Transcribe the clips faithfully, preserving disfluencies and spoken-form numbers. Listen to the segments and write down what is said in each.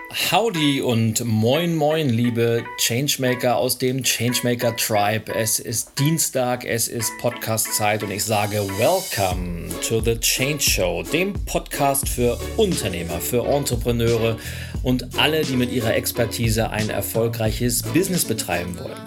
Howdy und moin moin, liebe Changemaker aus dem Changemaker Tribe. Es ist Dienstag, es ist Podcast-Zeit und ich sage Welcome to the Change Show, dem Podcast für Unternehmer, für Entrepreneure und alle, die mit ihrer Expertise ein erfolgreiches Business betreiben wollen.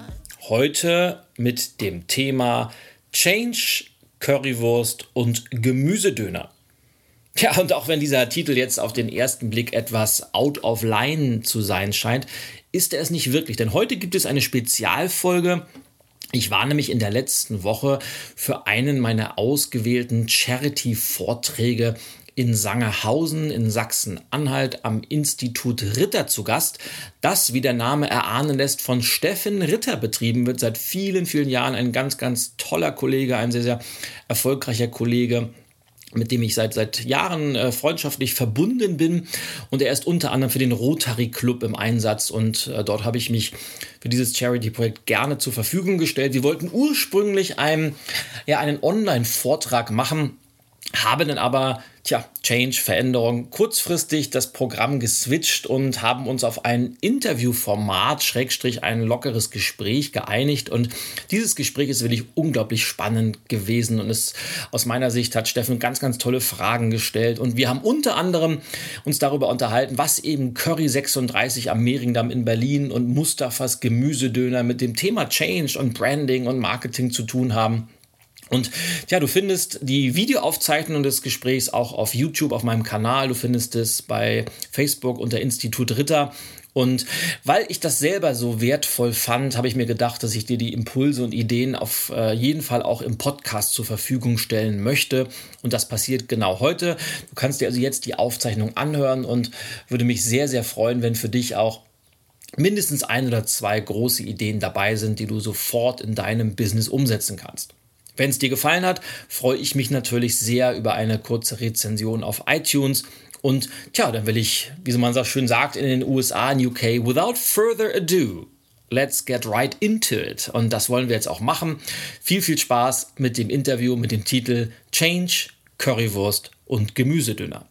Heute mit dem Thema Change, Currywurst und Gemüsedöner. Ja, und auch wenn dieser Titel jetzt auf den ersten Blick etwas out of line zu sein scheint, ist er es nicht wirklich. Denn heute gibt es eine Spezialfolge. Ich war nämlich in der letzten Woche für einen meiner ausgewählten Charity-Vorträge in Sangerhausen in Sachsen-Anhalt am Institut Ritter zu Gast, das, wie der Name erahnen lässt, von Steffen Ritter betrieben wird, seit vielen, vielen Jahren. Ein ganz, ganz toller Kollege, ein sehr, sehr erfolgreicher Kollege, mit dem ich seit, seit Jahren äh, freundschaftlich verbunden bin. Und er ist unter anderem für den Rotary Club im Einsatz. Und äh, dort habe ich mich für dieses Charity-Projekt gerne zur Verfügung gestellt. Wir wollten ursprünglich einen, ja, einen Online-Vortrag machen, haben dann aber, tja, Change, Veränderung, kurzfristig das Programm geswitcht und haben uns auf ein Interviewformat, Schrägstrich ein lockeres Gespräch geeinigt. Und dieses Gespräch ist wirklich unglaublich spannend gewesen und es, aus meiner Sicht hat Steffen ganz, ganz tolle Fragen gestellt. Und wir haben unter anderem uns darüber unterhalten, was eben Curry sechsunddreißig am Mehringdamm in Berlin und Mustafas Gemüsedöner mit dem Thema Change und Branding und Marketing zu tun haben. Und ja, du findest die Videoaufzeichnung des Gesprächs auch auf YouTube, auf meinem Kanal. Du findest es bei Facebook unter Institut Ritter. Und weil ich das selber so wertvoll fand, habe ich mir gedacht, dass ich dir die Impulse und Ideen auf äh, jeden Fall auch im Podcast zur Verfügung stellen möchte. Und das passiert genau heute. Du kannst dir also jetzt die Aufzeichnung anhören und würde mich sehr, sehr freuen, wenn für dich auch mindestens ein oder zwei große Ideen dabei sind, die du sofort in deinem Business umsetzen kannst. Wenn es dir gefallen hat, freue ich mich natürlich sehr über eine kurze Rezension auf iTunes. Und tja, dann will ich, wie man so schön sagt, in den U S A, in U K, without further ado, let's get right into it. Und das wollen wir jetzt auch machen. Viel, viel Spaß mit dem Interview mit dem Titel Change, Currywurst und Gemüsedöner.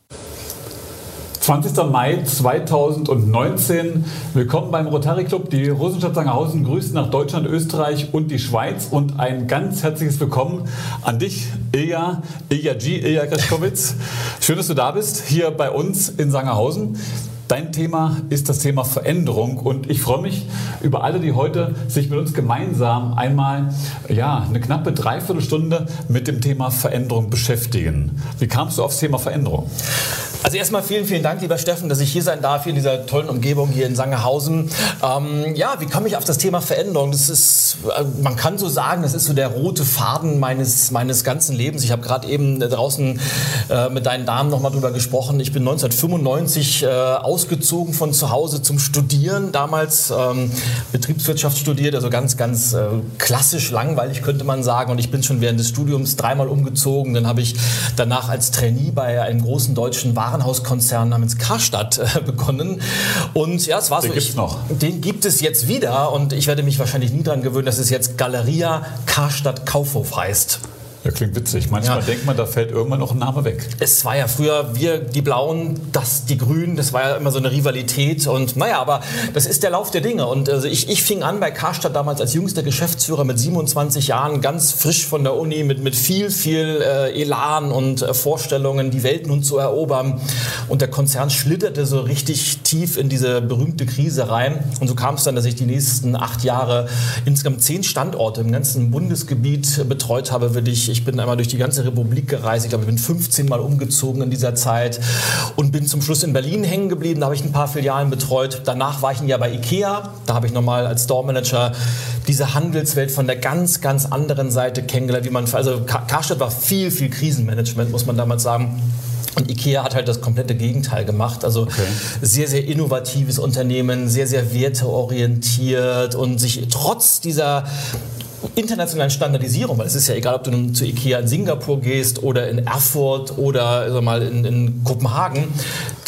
zwanzigster Mai zweitausendneunzehn. Willkommen beim Rotary Club. Die Rosenstadt Sangerhausen grüßt nach Deutschland, Österreich und die Schweiz. Und ein ganz herzliches Willkommen an dich, Ilja, Ilja G., Ilja Greschkowitz. Schön, dass du da bist, hier bei uns in Sangerhausen. Dein Thema ist das Thema Veränderung und ich freue mich über alle, die heute sich mit uns gemeinsam einmal ja, eine knappe Dreiviertelstunde mit dem Thema Veränderung beschäftigen. Wie kamst du aufs Thema Veränderung? Also erstmal vielen, vielen Dank, lieber Steffen, dass ich hier sein darf, hier in dieser tollen Umgebung hier in Sangerhausen. Ähm, ja, wie komme ich auf das Thema Veränderung? Das ist, man kann so sagen, das ist so der rote Faden meines, meines ganzen Lebens. Ich habe gerade eben draußen äh, mit deinen Damen nochmal drüber gesprochen. Ich bin neunzehnhundertfünfundneunzig äh, ausgezogen von zu Hause zum Studieren. Damals ähm, Betriebswirtschaft studiert, also ganz, ganz äh, klassisch langweilig, könnte man sagen. Und ich bin schon während des Studiums dreimal umgezogen. Dann habe ich danach als Trainee bei einem großen deutschen Warenhauskonzern namens Karstadt äh, begonnen. Und ja, es war den so. Gibt's ich, noch. Den gibt es jetzt wieder und ich werde mich wahrscheinlich nie daran gewöhnen, dass es jetzt Galeria Karstadt Kaufhof heißt. Ja, klingt witzig. Manchmal Ja. denkt man, da fällt irgendwann noch ein Name weg. Es war ja früher wir, die Blauen, das die Grünen, das war ja immer so eine Rivalität und naja, aber das ist der Lauf der Dinge und also ich, ich fing an bei Karstadt damals als jüngster Geschäftsführer mit siebenundzwanzig Jahren, ganz frisch von der Uni, mit, mit viel, viel äh, Elan und äh, Vorstellungen, die Welt nun zu erobern und der Konzern schlitterte so richtig tief in diese berühmte Krise rein und so kam es dann, dass ich die nächsten acht Jahre insgesamt zehn Standorte im ganzen Bundesgebiet betreut habe, würde ich Ich bin einmal durch die ganze Republik gereist. Ich glaube, ich bin fünfzehn Mal umgezogen in dieser Zeit und bin zum Schluss in Berlin hängen geblieben. Da habe ich ein paar Filialen betreut. Danach war ich ein Jahr bei Ikea. Da habe ich nochmal als Store Manager diese Handelswelt von der ganz, ganz anderen Seite kennengelernt. Wie man, also Karstadt war viel, viel Krisenmanagement, muss man damals sagen. Und Ikea hat halt das komplette Gegenteil gemacht. Also okay. Sehr, sehr innovatives Unternehmen, sehr, sehr werteorientiert und sich trotz dieser internationalen Standardisierung, weil es ist ja egal, ob du nun zu Ikea in Singapur gehst oder in Erfurt oder also mal in, in Kopenhagen,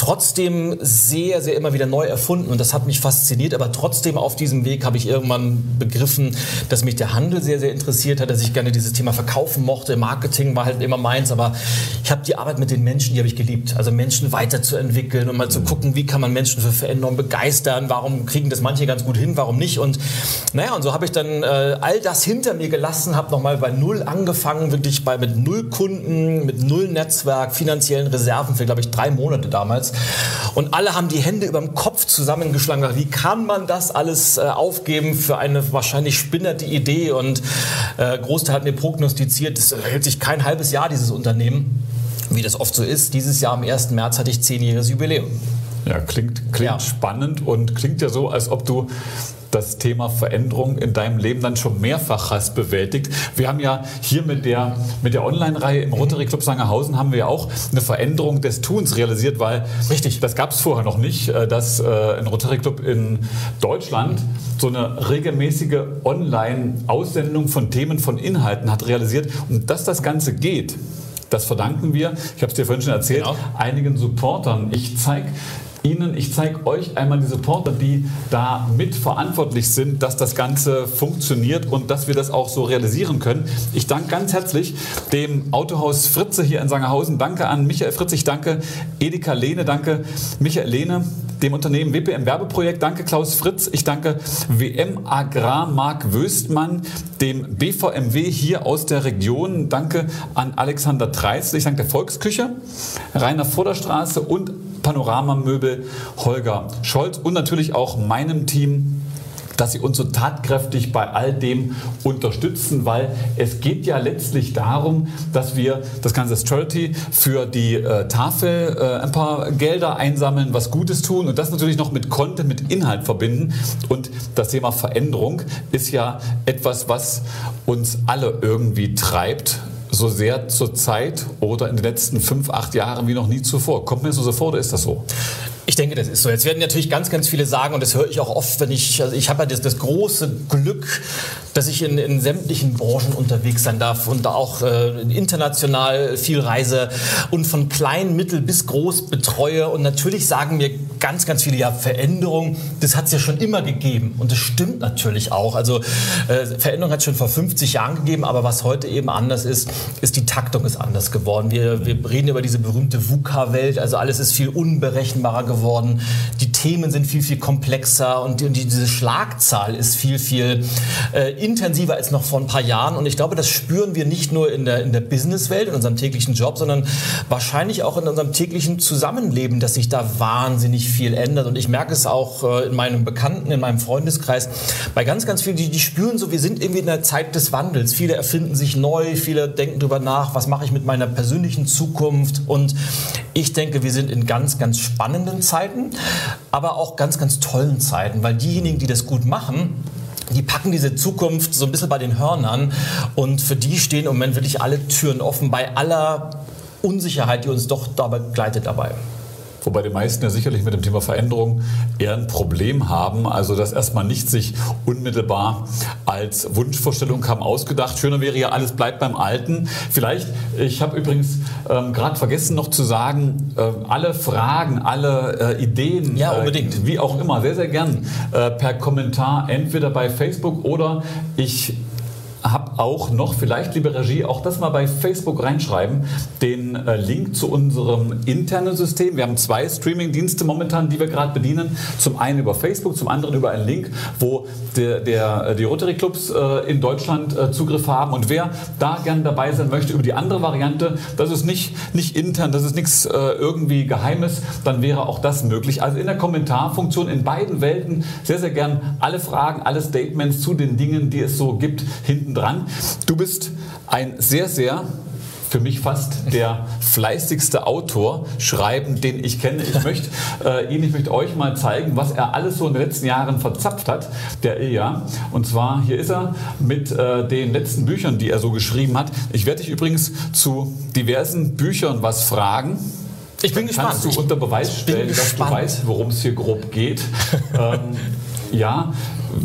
trotzdem sehr, sehr immer wieder neu erfunden und das hat mich fasziniert, aber trotzdem auf diesem Weg habe ich irgendwann begriffen, dass mich der Handel sehr, sehr interessiert hat, dass ich gerne dieses Thema verkaufen mochte. Marketing war halt immer meins, aber ich habe die Arbeit mit den Menschen, die habe ich geliebt. Also Menschen weiterzuentwickeln und mal zu gucken, wie kann man Menschen für Veränderung begeistern, warum kriegen das manche ganz gut hin, warum nicht. Und naja, und so habe ich dann äh, all das hinter mir gelassen, habe nochmal bei Null angefangen, wirklich bei, mit Null Kunden, mit Null Netzwerk, finanziellen Reserven für, glaube ich, drei Monate damals. Und alle haben die Hände über dem Kopf zusammengeschlagen. Wie kann man das alles äh, aufgeben für eine wahrscheinlich spinnerte Idee? Und äh, Großteil hat mir prognostiziert, es hält sich kein halbes Jahr, dieses Unternehmen. Wie das oft so ist, dieses Jahr am ersten März hatte ich zehnjähriges Jubiläum. Ja, klingt, klingt ja. spannend und klingt ja so, als ob du das Thema Veränderung in deinem Leben dann schon mehrfach hast bewältigt. Wir haben ja hier mit der, mit der Online-Reihe im Rotary Club Sangerhausen haben wir ja auch eine Veränderung des Tuns realisiert, weil Richtig. das gab es vorher noch nicht, dass ein Rotary Club in Deutschland so eine regelmäßige Online-Aussendung von Themen, von Inhalten hat realisiert. Und dass das Ganze geht, das verdanken wir, ich habe es dir vorhin schon erzählt, genau. einigen Supportern. Ich zeige Ihnen, ich zeige euch einmal die Supporter, die da mitverantwortlich sind, dass das Ganze funktioniert und dass wir das auch so realisieren können. Ich danke ganz herzlich dem Autohaus Fritze hier in Sangerhausen. Danke an Michael Fritz, ich danke Edeka Lehne, danke Michael Lehne, dem Unternehmen W P M Werbeprojekt, danke Klaus Fritz, ich danke W M Agrar Mark Wöstmann, dem B V M W hier aus der Region, danke an Alexander Treitz, ich danke der Volksküche, Rainer Vorderstraße und Panoramamöbel Holger Scholz und natürlich auch meinem Team, dass sie uns so tatkräftig bei all dem unterstützen, weil es geht ja letztlich darum, dass wir das ganze Charity für die äh, Tafel äh, ein paar Gelder einsammeln, was Gutes tun und das natürlich noch mit Content, mit Inhalt verbinden. Und das Thema Veränderung ist ja etwas, was uns alle irgendwie treibt. So sehr zur Zeit oder in den letzten fünf, acht Jahren wie noch nie zuvor. Kommt mir so so vor oder ist das so? Ich denke, das ist so. Jetzt werden natürlich ganz, ganz viele sagen, und das höre ich auch oft, wenn ich, also ich habe ja das, das große Glück, dass ich in, in sämtlichen Branchen unterwegs sein darf und auch äh, international viel reise und von klein, mittel bis groß betreue. Und natürlich sagen mir ganz, ganz viele, ja, Veränderung, das hat es ja schon immer gegeben. Und das stimmt natürlich auch. Also äh, Veränderung hat es schon vor fünfzig Jahren gegeben, aber was heute eben anders ist, ist die Taktung ist anders geworden. Wir, wir reden über diese berühmte VUCA-Welt, also alles ist viel unberechenbarer geworden. Die Themen sind viel, viel komplexer und, die, und diese Schlagzahl ist viel, viel äh, intensiver als noch vor ein paar Jahren. Und ich glaube, das spüren wir nicht nur in der, in der Businesswelt, in unserem täglichen Job, sondern wahrscheinlich auch in unserem täglichen Zusammenleben, dass sich da wahnsinnig viel ändert. Und ich merke es auch äh, in meinem Bekannten, in meinem Freundeskreis, bei ganz, ganz vielen, die, die spüren so, wir sind irgendwie in der Zeit des Wandels. Viele erfinden sich neu, viele denken darüber nach, was mache ich mit meiner persönlichen Zukunft. Und ich denke, wir sind in ganz, ganz spannenden Zeiten, aber auch ganz, ganz tollen Zeiten, weil diejenigen, die das gut machen, die packen diese Zukunft so ein bisschen bei den Hörnern und für die stehen im Moment wirklich alle Türen offen, bei aller Unsicherheit, die uns doch dabei begleitet dabei. Wobei die meisten ja sicherlich mit dem Thema Veränderung eher ein Problem haben. Also das erstmal nicht sich unmittelbar als Wunschvorstellung haben ausgedacht. Schöner wäre ja, alles bleibt beim Alten. Vielleicht, ich habe übrigens ähm, gerade vergessen noch zu sagen, äh, alle Fragen, alle äh, Ideen, ja, unbedingt. Äh, wie auch immer, sehr, sehr gern äh, per Kommentar, entweder bei Facebook oder ich habe auch noch, vielleicht liebe Regie, auch das mal bei Facebook reinschreiben, den äh, Link zu unserem internen System. Wir haben zwei Streaming-Dienste momentan, die wir gerade bedienen. Zum einen über Facebook, zum anderen über einen Link, wo der, der, die Rotary Clubs äh, in Deutschland äh, Zugriff haben. Und wer da gerne dabei sein möchte über die andere Variante, das ist nicht, nicht intern, das ist nichts äh, irgendwie Geheimes, dann wäre auch das möglich. Also in der Kommentarfunktion in beiden Welten sehr, sehr gern alle Fragen, alle Statements zu den Dingen, die es so gibt, hinten dran. Du bist ein sehr, sehr, für mich fast der fleißigste Autor schreiben, den ich kenne. Ich möchte äh, Ihnen, ich möchte euch mal zeigen, was er alles so in den letzten Jahren verzapft hat, der Ilja. Und zwar, hier ist er mit äh, den letzten Büchern, die er so geschrieben hat. Ich werde dich übrigens zu diversen Büchern was fragen. Ich bin gespannt. Kannst du unter Beweis stellen, dass du weißt, worum es hier grob geht. ähm, Ja,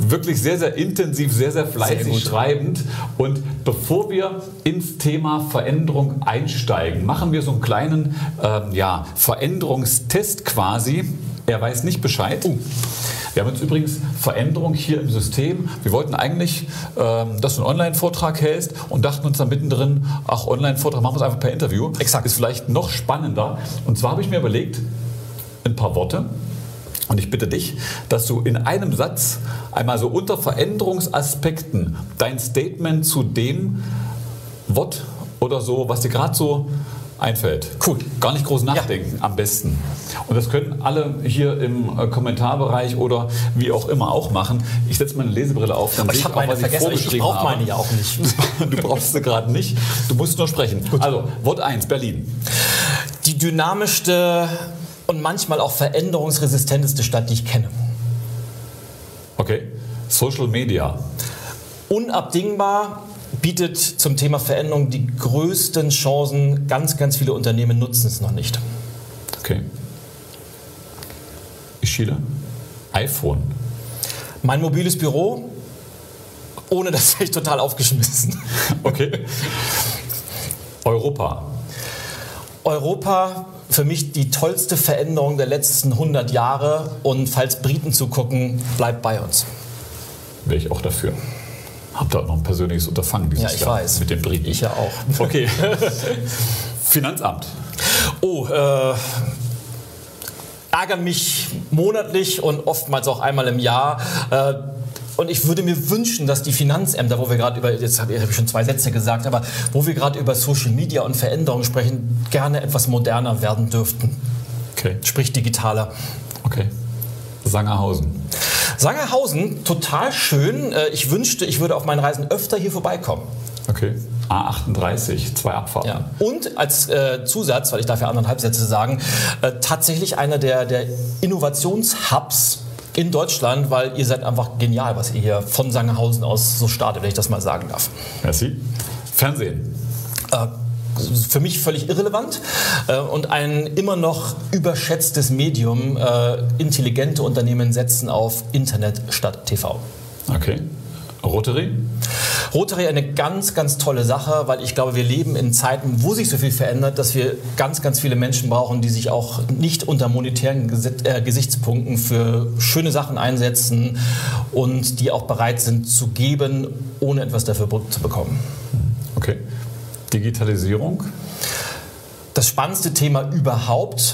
wirklich sehr, sehr intensiv, sehr, sehr fleißig sehr schreibend. Und bevor wir ins Thema Veränderung einsteigen, machen wir so einen kleinen ähm, ja, Veränderungstest quasi. Er weiß nicht Bescheid. Uh. Wir haben jetzt übrigens Veränderung hier im System. Wir wollten eigentlich, ähm, dass du einen Online-Vortrag hältst und dachten uns dann mittendrin, ach, Online-Vortrag machen wir es einfach per Interview. Exakt. Ist vielleicht noch spannender. Und zwar habe ich mir überlegt, ein paar Worte. Und ich bitte dich, dass du in einem Satz einmal so unter Veränderungsaspekten dein Statement zu dem Wort oder so, was dir gerade so einfällt. Cool. Gar nicht groß nachdenken, ja. Am besten. Und das können alle hier im äh, Kommentarbereich oder wie auch immer auch machen. Ich setze meine Lesebrille auf, dann sehe ich auch, meine was ich vergessen. vorgeschrieben ich brauche meine habe. ja auch nicht. Du brauchst sie gerade nicht. Du musst nur sprechen. Gut. Also, Wort eins, Berlin. Die dynamischste und manchmal auch veränderungsresistenteste Stadt, die ich kenne. Okay. Social Media. Unabdingbar. Bietet zum Thema Veränderung die größten Chancen. Ganz, ganz viele Unternehmen nutzen es noch nicht. Okay. Ich schiele. iPhone. Mein mobiles Büro, ohne das wäre ich total aufgeschmissen. Okay. Europa. Europa, für mich die tollste Veränderung der letzten hundert Jahre. Und falls Briten zugucken, bleibt bei uns. Wäre ich auch dafür. Habt ihr auch noch ein persönliches Unterfangen dieses Ja, ich Jahr weiß. mit den Briten? Ich ja auch. Okay. Finanzamt. Oh, äh, ärgern mich monatlich und oftmals auch einmal im Jahr. Äh, und ich würde mir wünschen, dass die Finanzämter, wo wir gerade über, jetzt habe ich schon zwei Sätze gesagt, aber wo wir gerade über Social Media und Veränderungen sprechen, gerne etwas moderner werden dürften. Okay. Sprich digitaler. Okay. Sangerhausen. Sangerhausen, total schön. Ich wünschte, ich würde auf meinen Reisen öfter hier vorbeikommen. Okay. A achtunddreißig, zwei Abfahrten. Ja. Und als äh, Zusatz, weil ich darf ja anderthalb Sätze sagen, äh, tatsächlich einer der, der Innovationshubs in Deutschland, weil ihr seid einfach genial, was ihr hier von Sangerhausen aus so startet, wenn ich das mal sagen darf. Merci. Fernsehen. Äh, Für mich völlig irrelevant äh, und ein immer noch überschätztes Medium. Äh, intelligente Unternehmen setzen auf Internet statt T V. Okay. Rotary? Rotary eine ganz, ganz tolle Sache, weil ich glaube, wir leben in Zeiten, wo sich so viel verändert, dass wir ganz, ganz viele Menschen brauchen, die sich auch nicht unter monetären Gesit- äh, Gesichtspunkten für schöne Sachen einsetzen und die auch bereit sind zu geben, ohne etwas dafür zu bekommen. Okay. Digitalisierung? Das spannendste Thema überhaupt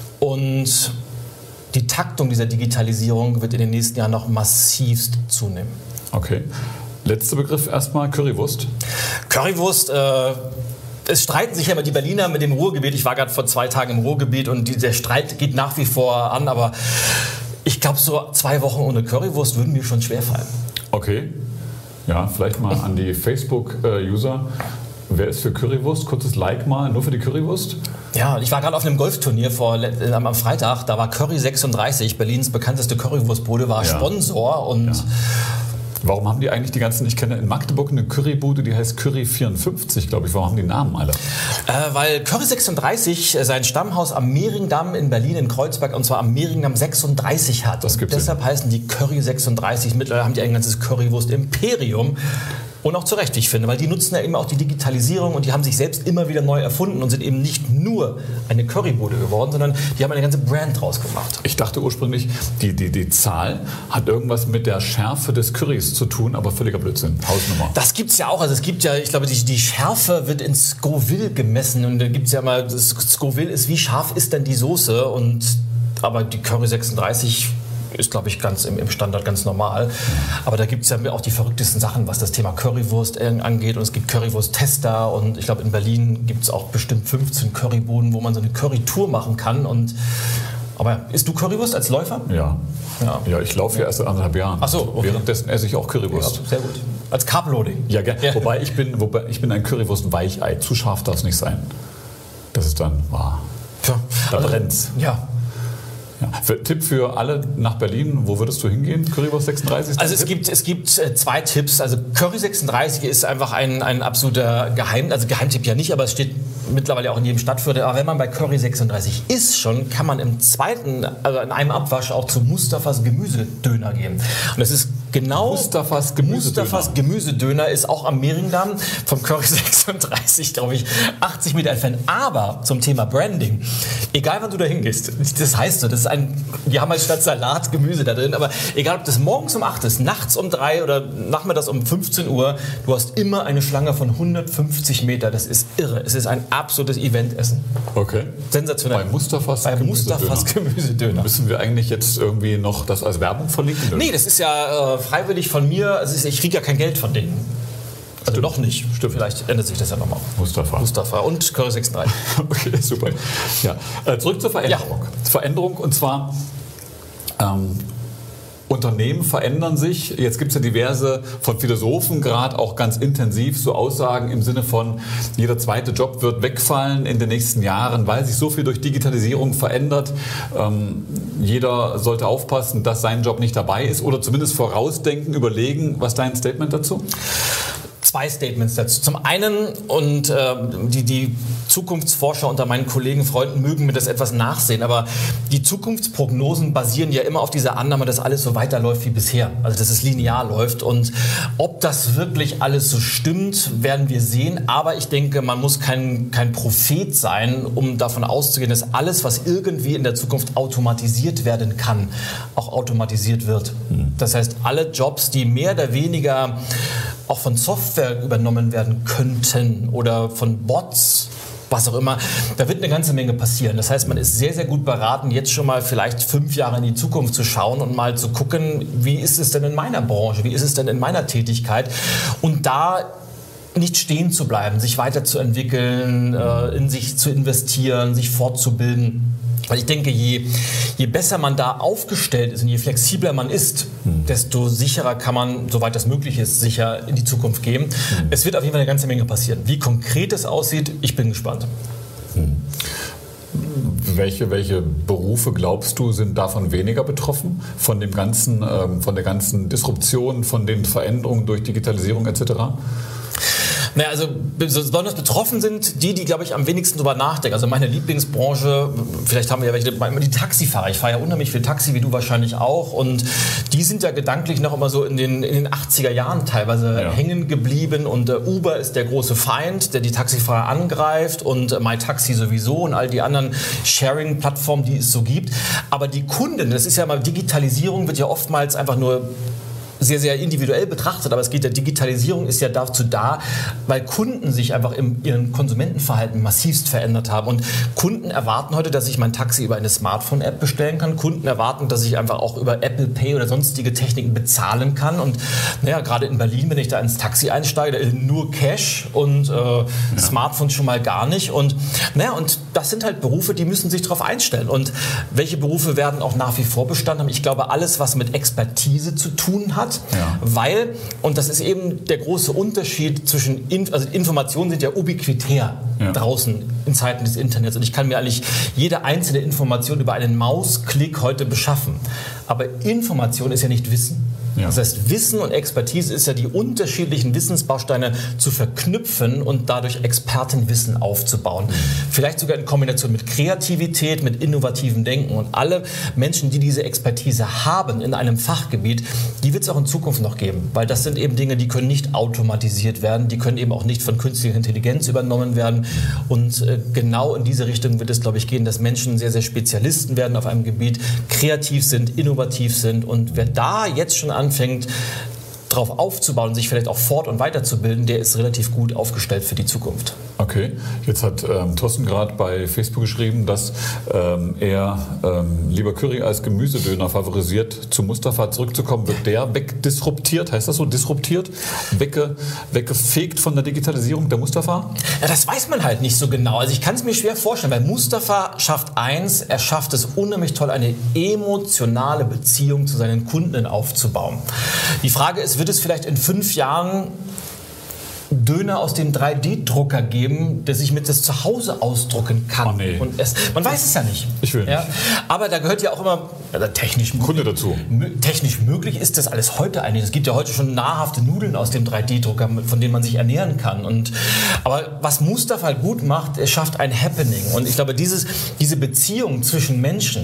und die Taktung dieser Digitalisierung wird in den nächsten Jahren noch massivst zunehmen. Okay. Letzter Begriff erstmal, Currywurst. Currywurst, äh, es streiten sich ja immer die Berliner mit dem Ruhrgebiet. Ich war gerade vor zwei Tagen im Ruhrgebiet und die, der Streit geht nach wie vor an, aber ich glaube, so zwei Wochen ohne Currywurst würden mir schon schwerfallen. Okay. Ja, vielleicht mal an die Facebook-User. Wer ist für Currywurst? Kurzes Like mal, nur für die Currywurst? Ja, ich war gerade auf einem Golfturnier vor, äh, am Freitag, da war Curry sechsunddreißig, Berlins bekannteste Currywurstbude, war ja Sponsor und... Ja. Warum haben die eigentlich die ganzen, ich kenne in Magdeburg eine Currybude, die heißt Curry vierundfünfzig, glaube ich. Warum haben die Namen alle? Äh, weil Curry sechsunddreißig sein Stammhaus am Mehringdamm in Berlin, in Kreuzberg, und zwar am Mehringdamm sechsunddreißig hat. Das gibt's. Deshalb heißen die Curry sechsunddreißig. Mittlerweile haben die ein ganzes Currywurst-Imperium. Und auch zu Recht, ich finde, weil die nutzen ja eben auch die Digitalisierung und die haben sich selbst immer wieder neu erfunden und sind eben nicht nur eine Currybude geworden, sondern die haben eine ganze Brand draus gemacht. Ich dachte ursprünglich, die, die, die Zahl hat irgendwas mit der Schärfe des Currys zu tun, aber völliger Blödsinn. Hausnummer. Das gibt es ja auch. Also es gibt ja, ich glaube, die, die Schärfe wird in Scoville gemessen und da gibt es ja mal, das Scoville ist, wie scharf ist denn die Soße? Und aber die Curry sechsunddreißig ist, glaube ich, ganz im, im Standard ganz normal. Aber da gibt es ja auch die verrücktesten Sachen, was das Thema Currywurst angeht. Und es gibt Currywurst-Tester. Und ich glaube, in Berlin gibt es auch bestimmt fünfzehn Currybuden, wo man so eine Curry-Tour machen kann. Und, aber isst du Currywurst als Läufer? Ja. Ja, ja ich laufe ja erst seit anderthalb Jahren. Ach so, okay. Währenddessen esse ich auch Currywurst. Ja, sehr gut. Als Carb-Loading. Ja, ja. Wobei, ich bin, wobei ich bin ein Currywurst-Weichei. Zu scharf darf es nicht sein. Das ist dann wahr. Ja. Da also, brennt's. Ja. Ja. Für, Tipp für alle nach Berlin, wo würdest du hingehen? Currywurst sechsunddreißig? Also es gibt, es gibt äh, zwei Tipps. Also Curry sechsunddreißig ist einfach ein, ein absoluter Geheim, also Geheimtipp ja nicht, aber es steht mittlerweile auch in jedem Stadtviertel. Aber wenn man bei Curry sechsunddreißig ist schon, kann man im zweiten, also in einem Abwasch auch zu Mustafas Gemüsedöner gehen. Und das ist Genau. Mustafas Gemüsedöner. Mustafas Gemüsedöner ist auch am Mehringdamm vom Curry sechsunddreißig, glaube ich, achtzig Meter entfernt. Aber zum Thema Branding, egal wann du da hingehst, das heißt so, das ist ein, die haben halt statt Salat Gemüse da drin, aber egal ob das morgens um acht ist, nachts um drei oder nachmittags um fünfzehn Uhr, du hast immer eine Schlange von hundertfünfzig Meter. Das ist irre. Es ist ein absolutes Eventessen. Okay. Sensationell. Bei Mustafas Bei Gemüsedöner. Mustafas Gemüsedöner. Müssen wir eigentlich jetzt irgendwie noch das als Werbung verlinken? Nee, das ist ja äh, freiwillig von mir. Also ich kriege ja kein Geld von denen. Also Stimmt. noch nicht. Stimmt. Vielleicht ändert sich das ja nochmal. Mustafa. Mustafa und Curry sechsunddreißig. Okay, super. Ja. Äh, zurück zur Veränderung. Ja. Veränderung und zwar ähm, Unternehmen verändern sich. Jetzt gibt es ja diverse, von Philosophen gerade auch ganz intensiv so Aussagen im Sinne von, jeder zweite Job wird wegfallen in den nächsten Jahren, weil sich so viel durch Digitalisierung verändert. Ähm, jeder sollte aufpassen, dass sein Job nicht dabei ist oder zumindest vorausdenken, überlegen. Was ist dein Statement dazu? Zwei Statements dazu. Zum einen, und äh, die, die Zukunftsforscher unter meinen Kollegen, Freunden mögen mir das etwas nachsehen, aber die Zukunftsprognosen basieren ja immer auf dieser Annahme, dass alles so weiterläuft wie bisher. Also dass es linear läuft. Und ob das wirklich alles so stimmt, werden wir sehen. Aber ich denke, man muss kein, kein Prophet sein, um davon auszugehen, dass alles, was irgendwie in der Zukunft automatisiert werden kann, auch automatisiert wird. Das heißt, alle Jobs, die mehr oder weniger auch von Software übernommen werden könnten oder von Bots, was auch immer, da wird eine ganze Menge passieren. Das heißt, man ist sehr, sehr gut beraten, jetzt schon mal vielleicht fünf Jahre in die Zukunft zu schauen und mal zu gucken, wie ist es denn in meiner Branche, wie ist es denn in meiner Tätigkeit und da nicht stehen zu bleiben, sich weiterzuentwickeln, in sich zu investieren, sich fortzubilden. Weil ich denke, je, je besser man da aufgestellt ist und je flexibler man ist, hm. desto sicherer kann man, soweit das möglich ist, sicher in die Zukunft gehen. Hm. Es wird auf jeden Fall eine ganze Menge passieren. Wie konkret es aussieht, ich bin gespannt. Hm. Welche, welche Berufe, glaubst du, sind davon weniger betroffen? Von dem ganzen, ähm, von der ganzen Disruption, von den Veränderungen durch Digitalisierung et cetera? Naja, also besonders betroffen sind die, die, glaube ich, am wenigsten drüber nachdenken. Also meine Lieblingsbranche, vielleicht haben wir ja welche, die Taxifahrer. Ich fahre ja unheimlich viel Taxi, wie du wahrscheinlich auch. Und die sind ja gedanklich noch immer so in den, in den achtziger Jahren teilweise ja. hängen geblieben. Und uh, Uber ist der große Feind, der die Taxifahrer angreift. Und uh, MyTaxi sowieso und all die anderen Sharing-Plattformen, die es so gibt. Aber die Kunden, das ist ja mal, Digitalisierung wird ja oftmals einfach nur sehr, sehr individuell betrachtet, aber es geht, der Digitalisierung ist ja dazu da, weil Kunden sich einfach in ihrem Konsumentenverhalten massivst verändert haben. Und Kunden erwarten heute, dass ich mein Taxi über eine Smartphone-App bestellen kann. Kunden erwarten, dass ich einfach auch über Apple Pay oder sonstige Techniken bezahlen kann. Und naja, gerade in Berlin, wenn ich da ins Taxi einsteige, da ist nur Cash und äh, ja. Smartphone schon mal gar nicht. Und naja, und das sind halt Berufe, die müssen sich darauf einstellen. Und welche Berufe werden auch nach wie vor Bestand haben? Ich glaube, alles, was mit Expertise zu tun hat, ja. weil, und das ist eben der große Unterschied zwischen, in, also Informationen sind ja ubiquitär ja. draußen in Zeiten des Internets und ich kann mir eigentlich jede einzelne Information über einen Mausklick heute beschaffen. Aber Information ist ja nicht Wissen. Ja. Das heißt, Wissen und Expertise ist ja die unterschiedlichen Wissensbausteine zu verknüpfen und dadurch Expertenwissen aufzubauen. Mhm. Vielleicht sogar in Kombination mit Kreativität, mit innovativem Denken. Und alle Menschen, die diese Expertise haben in einem Fachgebiet, die wird es auch in Zukunft noch geben. Weil das sind eben Dinge, die können nicht automatisiert werden, die können eben auch nicht von künstlicher Intelligenz übernommen werden. Und äh, genau in diese Richtung wird es, glaube ich, gehen, dass Menschen sehr, sehr Spezialisten werden auf einem Gebiet, kreativ sind, innovativ sind. Und wer da jetzt schon an anfängt, darauf aufzubauen und sich vielleicht auch fort- und weiterzubilden, der ist relativ gut aufgestellt für die Zukunft. Okay, jetzt hat ähm, Thorsten gerade bei Facebook geschrieben, dass ähm, er ähm, lieber Curry als Gemüsedöner favorisiert. Zu Mustafa zurückzukommen, wird der wegdisruptiert, heißt das so, disruptiert, wegge, weggefegt von der Digitalisierung, der Mustafa? Ja, das weiß man halt nicht so genau. Also ich kann es mir schwer vorstellen, weil Mustafa schafft eins, er schafft es unheimlich toll, eine emotionale Beziehung zu seinen Kunden aufzubauen. Die Frage ist, wird es vielleicht in fünf Jahren Döner aus dem drei D Drucker geben, der sich mit das zu Hause ausdrucken kann? Oh nee. Und es, man weiß es ja nicht. Ich will nicht. Ja, aber da gehört ja auch immer ja, technisch Kunde dazu. Technisch möglich ist das alles heute eigentlich. Es gibt ja heute schon nahrhafte Nudeln aus dem drei D Drucker, von denen man sich ernähren kann. Und, aber was Mustafa halt gut macht, er schafft ein Happening. Und ich glaube, dieses, diese Beziehung zwischen Menschen,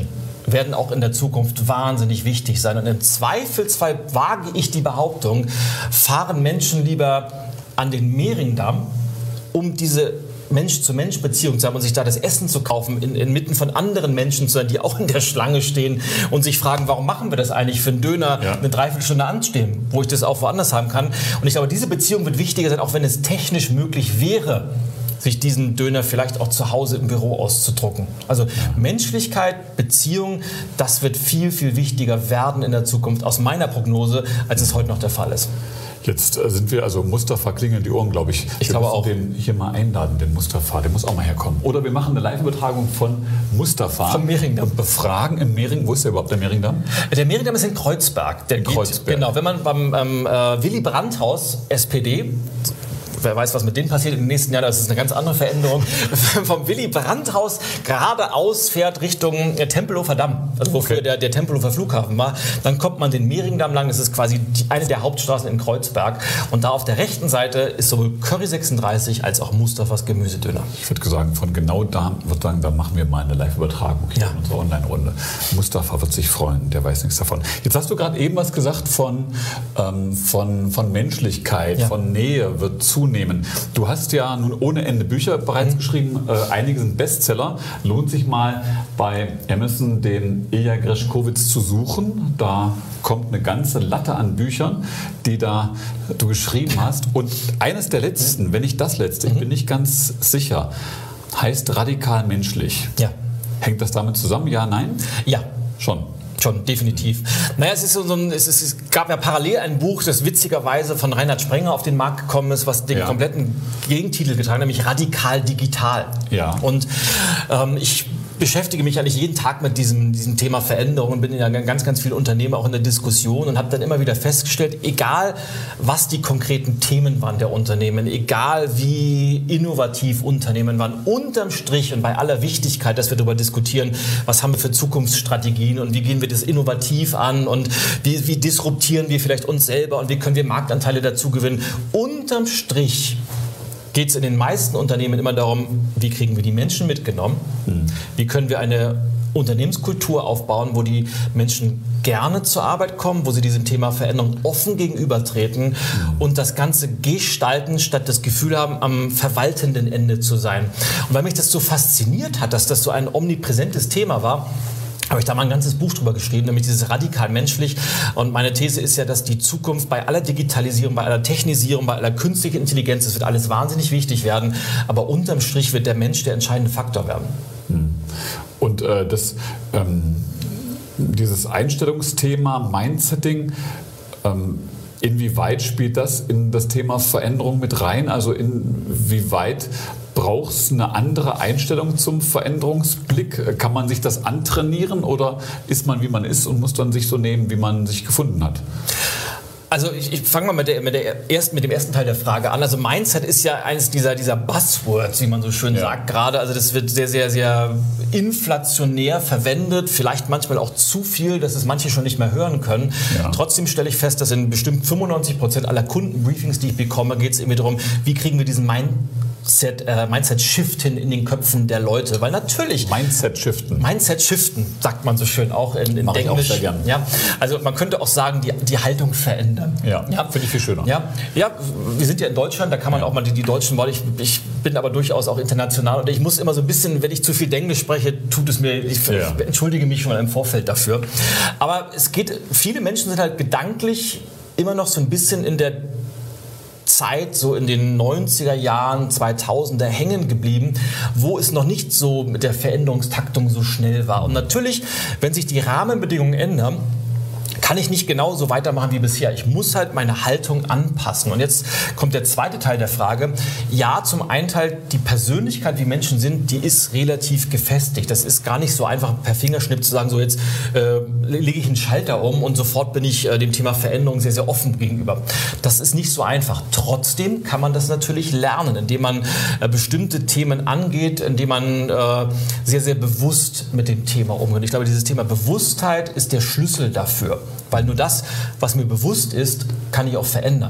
werden auch in der Zukunft wahnsinnig wichtig sein. Und im Zweifelsfall wage ich die Behauptung, fahren Menschen lieber an den Mehringdamm, um diese Mensch-zu-Mensch-Beziehung zu haben und sich da das Essen zu kaufen, in, inmitten von anderen Menschen zu sein, die auch in der Schlange stehen und sich fragen, warum machen wir das eigentlich für einen Döner ja. eine Dreiviertelstunde anstehen, wo ich das auch woanders haben kann. Und ich glaube, diese Beziehung wird wichtiger sein, auch wenn es technisch möglich wäre, sich diesen Döner vielleicht auch zu Hause im Büro auszudrucken. Also Menschlichkeit, Beziehung, das wird viel, viel wichtiger werden in der Zukunft aus meiner Prognose, als es heute noch der Fall ist. Jetzt sind wir, also Mustafa klingeln die Ohren, glaube ich. Ich wir glaube auch. Den hier mal einladen, den Mustafa, der muss auch mal herkommen. Oder wir machen eine Live-Übertragung von Mustafa. Vom Mehringdamm. Und befragen im Mehring, wo ist der überhaupt, der Mehringdamm? Der Mehringdamm ist in Kreuzberg. Der in geht, Kreuzberg. Genau, wenn man beim ähm, äh, Willy Brandt-Haus, S P D, wer weiß, was mit denen passiert im nächsten Jahr, das ist eine ganz andere Veränderung, vom Willy Brandt-Haus geradeaus fährt Richtung Tempelhofer Damm, also wofür okay. der, der Tempelhofer Flughafen war. Dann kommt man den Mehringdamm lang, das ist quasi die, eine der Hauptstraßen in Kreuzberg. Und da auf der rechten Seite ist sowohl Curry sechsunddreißig als auch Mustafas Gemüsedöner. Ich würde sagen, von genau da, würde sagen, da machen wir mal eine Live-Übertragung hier ja. in unserer Online-Runde. Mustafa wird sich freuen, der weiß nichts davon. Jetzt hast du gerade eben was gesagt von, ähm, von, von Menschlichkeit, ja. von Nähe wird zunehmen. Du hast ja nun ohne Ende Bücher bereits mhm. geschrieben, äh, einige sind Bestseller. Lohnt sich mal bei Amazon den Ilja Greschkowitz zu suchen. Da kommt eine ganze Latte an Büchern, die da du geschrieben hast. Und eines der letzten, wenn nicht das letzte, mhm. ich bin nicht ganz sicher, heißt Radikal menschlich. Ja. Hängt das damit zusammen? Ja, nein? Ja. Schon. Schon, definitiv. Naja, es, ist so ein, es, ist, es gab ja parallel ein Buch, das witzigerweise von Reinhard Sprenger auf den Markt gekommen ist, was den ja. kompletten Gegentitel getragen hat, nämlich Radikal Digital. Ja. Und ähm, ich beschäftige mich eigentlich jeden Tag mit diesem, diesem Thema Veränderung und bin in ganz, ganz vielen Unternehmen auch in der Diskussion und habe dann immer wieder festgestellt, egal was die konkreten Themen waren der Unternehmen, egal wie innovativ Unternehmen waren, unterm Strich und bei aller Wichtigkeit, dass wir darüber diskutieren, was haben wir für Zukunftsstrategien und wie gehen wir das innovativ an und wie, wie disruptieren wir vielleicht uns selber und wie können wir Marktanteile dazu gewinnen. Unterm Strich geht es in den meisten Unternehmen immer darum, wie kriegen wir die Menschen mitgenommen, mhm. wie können wir eine Unternehmenskultur aufbauen, wo die Menschen gerne zur Arbeit kommen, wo sie diesem Thema Veränderung offen gegenübertreten mhm. und das Ganze gestalten, statt das Gefühl haben, am verwaltenden Ende zu sein. Und weil mich das so fasziniert hat, dass das so ein omnipräsentes Thema war, habe ich da mal ein ganzes Buch drüber geschrieben, nämlich dieses Radikal menschlich. Und meine These ist ja, dass die Zukunft bei aller Digitalisierung, bei aller Technisierung, bei aller künstlichen Intelligenz, das wird alles wahnsinnig wichtig werden. Aber unterm Strich wird der Mensch der entscheidende Faktor werden. Und äh, das, ähm, dieses Einstellungsthema, Mindsetting, ähm, inwieweit spielt das in das Thema Veränderung mit rein? Also inwieweit braucht es eine andere Einstellung zum Veränderungsblick? Kann man sich das antrainieren oder ist man, wie man ist und muss dann sich so nehmen, wie man sich gefunden hat? Also ich, ich fange mal mit, der, mit, der ersten, mit dem ersten Teil der Frage an. Also Mindset ist ja eines dieser, dieser Buzzwords, wie man so schön ja. sagt gerade. Also das wird sehr, sehr, sehr inflationär verwendet. Vielleicht manchmal auch zu viel, dass es manche schon nicht mehr hören können. Ja. Trotzdem stelle ich fest, dass in bestimmt fünfundneunzig Prozent aller Kundenbriefings, die ich bekomme, geht es irgendwie darum, wie kriegen wir diesen Mindset Mindset, äh, Mindset-Shift hin in den Köpfen der Leute, weil natürlich Mindset-Shiften. Mindset-Shiften, sagt man so schön auch in, in Mach Englisch. Ich auch sehr gern. Ja, also man könnte auch sagen, die, die Haltung verändern. Ja, ja. Finde ich viel schöner. Ja, ja, wir sind ja in Deutschland, da kann man ja. auch mal die, die deutschen Worte, ich, ich bin aber durchaus auch international und ich muss immer so ein bisschen, wenn ich zu viel Englisch spreche, tut es mir, ich, ja. ich entschuldige mich schon mal im Vorfeld dafür. Aber es geht, viele Menschen sind halt gedanklich immer noch so ein bisschen in der Zeit, so in den neunziger Jahren, zweitausender hängen geblieben, wo es noch nicht so mit der Veränderungstaktung so schnell war. Und natürlich, wenn sich die Rahmenbedingungen ändern, kann ich nicht genauso weitermachen wie bisher. Ich muss halt meine Haltung anpassen. Und jetzt kommt der zweite Teil der Frage. Ja, zum einen Teil, die Persönlichkeit, wie Menschen sind, die ist relativ gefestigt. Das ist gar nicht so einfach per Fingerschnipp zu sagen, so jetzt äh, lege ich einen Schalter um und sofort bin ich äh, dem Thema Veränderung sehr, sehr offen gegenüber. Das ist nicht so einfach. Trotzdem kann man das natürlich lernen, indem man äh, bestimmte Themen angeht, indem man äh, sehr, sehr bewusst mit dem Thema umgeht. Ich glaube, dieses Thema Bewusstheit ist der Schlüssel dafür. Weil nur das, was mir bewusst ist, kann ich auch verändern.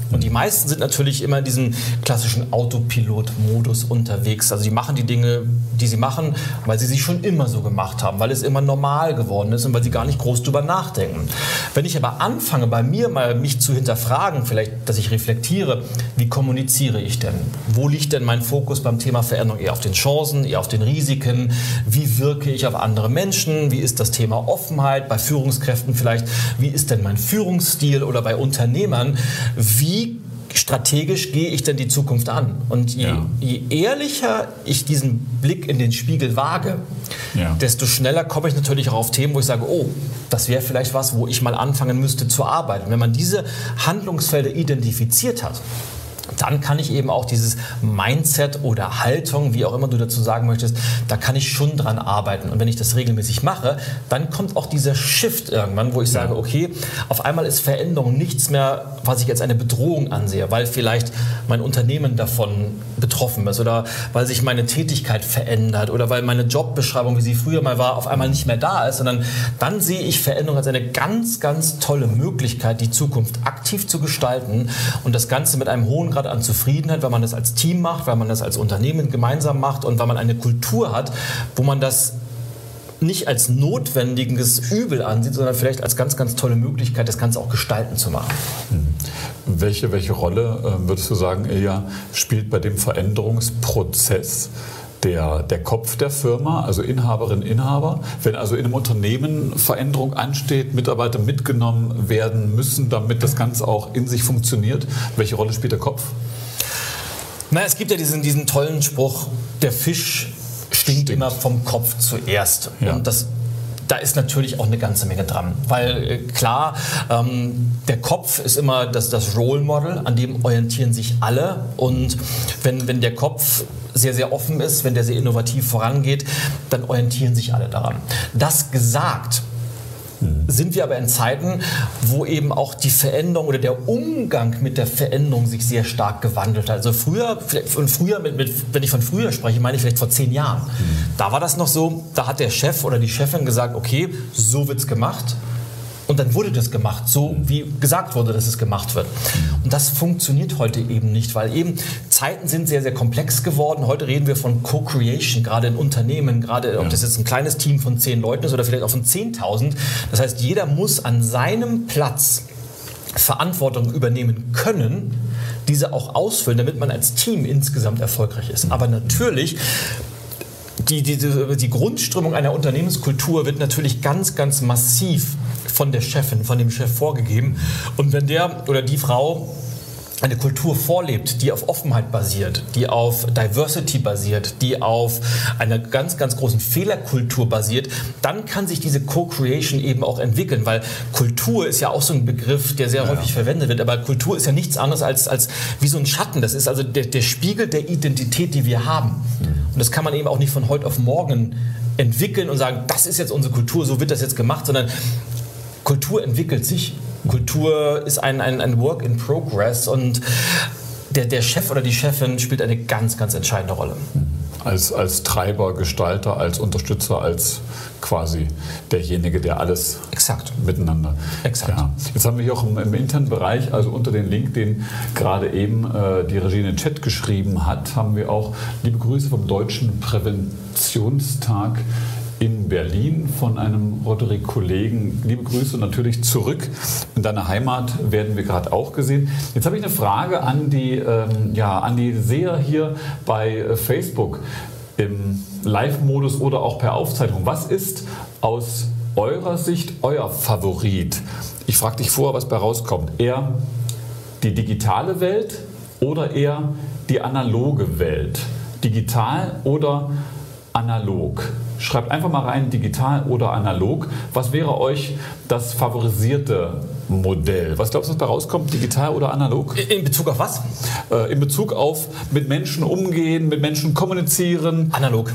Und die meisten sind natürlich immer in diesem klassischen Autopilot-Modus unterwegs. Also die machen die Dinge, die sie machen, weil sie sie schon immer so gemacht haben, weil es immer normal geworden ist und weil sie gar nicht groß drüber nachdenken. Wenn ich aber anfange, bei mir mal mich zu hinterfragen, vielleicht, dass ich reflektiere, wie kommuniziere ich denn? Wo liegt denn mein Fokus beim Thema Veränderung? Eher auf den Chancen, eher auf den Risiken? Wie wirke ich auf andere Menschen? Wie ist das Thema Offenheit? Bei Führungskräften vielleicht, wie ist denn mein Führungsstil? Oder bei Unternehmern, wie strategisch gehe ich denn die Zukunft an? Und je, ja. je ehrlicher ich diesen Blick in den Spiegel wage, ja. desto schneller komme ich natürlich auch auf Themen, wo ich sage, oh, das wäre vielleicht was, wo ich mal anfangen müsste zu arbeiten. Wenn man diese Handlungsfelder identifiziert hat, dann kann ich eben auch dieses Mindset oder Haltung, wie auch immer du dazu sagen möchtest, da kann ich schon dran arbeiten. Und wenn ich das regelmäßig mache, dann kommt auch dieser Shift irgendwann, wo ich sage, okay, auf einmal ist Veränderung nichts mehr, was ich als eine Bedrohung ansehe, weil vielleicht mein Unternehmen davon betroffen ist oder weil sich meine Tätigkeit verändert oder weil meine Jobbeschreibung, wie sie früher mal war, auf einmal nicht mehr da ist, sondern dann sehe ich Veränderung als eine ganz, ganz tolle Möglichkeit, die Zukunft aktiv zu gestalten und das Ganze mit einem hohen Grad an Zufriedenheit, weil man das als Team macht, weil man das als Unternehmen gemeinsam macht und weil man eine Kultur hat, wo man das nicht als notwendiges Übel ansieht, sondern vielleicht als ganz, ganz tolle Möglichkeit, das Ganze auch gestalten zu machen. Welche, welche Rolle, würdest du sagen, Ilja, spielt bei dem Veränderungsprozess der, der Kopf der Firma, also Inhaberin, Inhaber? Wenn also in einem Unternehmen Veränderung ansteht, Mitarbeiter mitgenommen werden müssen, damit das Ganze auch in sich funktioniert, welche Rolle spielt der Kopf? Na, es gibt ja diesen, diesen tollen Spruch, der Fisch stinkt, stinkt immer vom Kopf zuerst. Ja. Und das, da ist natürlich auch eine ganze Menge dran. Weil äh, klar, ähm, der Kopf ist immer das, das Role Model, an dem orientieren sich alle. Und wenn, wenn der Kopf sehr, sehr offen ist, wenn der sehr innovativ vorangeht, dann orientieren sich alle daran. Das gesagt, sind wir aber in Zeiten, wo eben auch die Veränderung oder der Umgang mit der Veränderung sich sehr stark gewandelt hat. Also früher, von früher mit, mit, wenn ich von früher spreche, meine ich vielleicht vor zehn Jahren. Mhm. Da war das noch so, da hat der Chef oder die Chefin gesagt, okay, so wird's gemacht. Und dann wurde das gemacht, so wie gesagt wurde, dass es gemacht wird. Und das funktioniert heute eben nicht, weil eben Zeiten sind sehr, sehr komplex geworden. Heute reden wir von Co-Creation, gerade in Unternehmen, gerade ob das jetzt ein kleines Team von zehn Leuten ist oder vielleicht auch von zehntausend. Das heißt, jeder muss an seinem Platz Verantwortung übernehmen können, diese auch ausfüllen, damit man als Team insgesamt erfolgreich ist. Aber natürlich, die, die, die Grundströmung einer Unternehmenskultur wird natürlich ganz, ganz massiv von der Chefin, von dem Chef vorgegeben. Und wenn der oder die Frau eine Kultur vorlebt, die auf Offenheit basiert, die auf Diversity basiert, die auf einer ganz, ganz großen Fehlerkultur basiert, dann kann sich diese Co-Creation eben auch entwickeln, weil Kultur ist ja auch so ein Begriff, der sehr ja. häufig verwendet wird, aber Kultur ist ja nichts anderes als, als wie so ein Schatten. Das ist also der, der Spiegel der Identität, die wir haben. Und das kann man eben auch nicht von heute auf morgen entwickeln und sagen, das ist jetzt unsere Kultur, so wird das jetzt gemacht, sondern Kultur entwickelt sich. Kultur ist ein, ein, ein Work in Progress und der, der Chef oder die Chefin spielt eine ganz, ganz entscheidende Rolle. Als, als Treiber, Gestalter, als Unterstützer, als quasi derjenige, der alles Exakt. miteinander. Exakt. Ja. Jetzt haben wir hier auch im, im internen Bereich, also unter den Link, den gerade eben äh, die Regie in den Chat geschrieben hat, haben wir auch liebe Grüße vom Deutschen Präventionstag in Berlin von einem Rotary-Kollegen. Liebe Grüße natürlich zurück in deine Heimat, werden wir gerade auch gesehen. Jetzt habe ich eine Frage an die, ähm, ja, an die Seher hier bei Facebook im Live-Modus oder auch per Aufzeichnung. Was ist aus eurer Sicht euer Favorit? Ich frage dich vorher, was bei rauskommt. Eher die digitale Welt oder eher die analoge Welt? Digital oder analog? Schreibt einfach mal rein, digital oder analog. Was wäre euch das favorisierte Modell? Was glaubst du, was da rauskommt? Digital oder analog? In Bezug auf was? Äh, in Bezug auf mit Menschen umgehen, mit Menschen kommunizieren. Analog.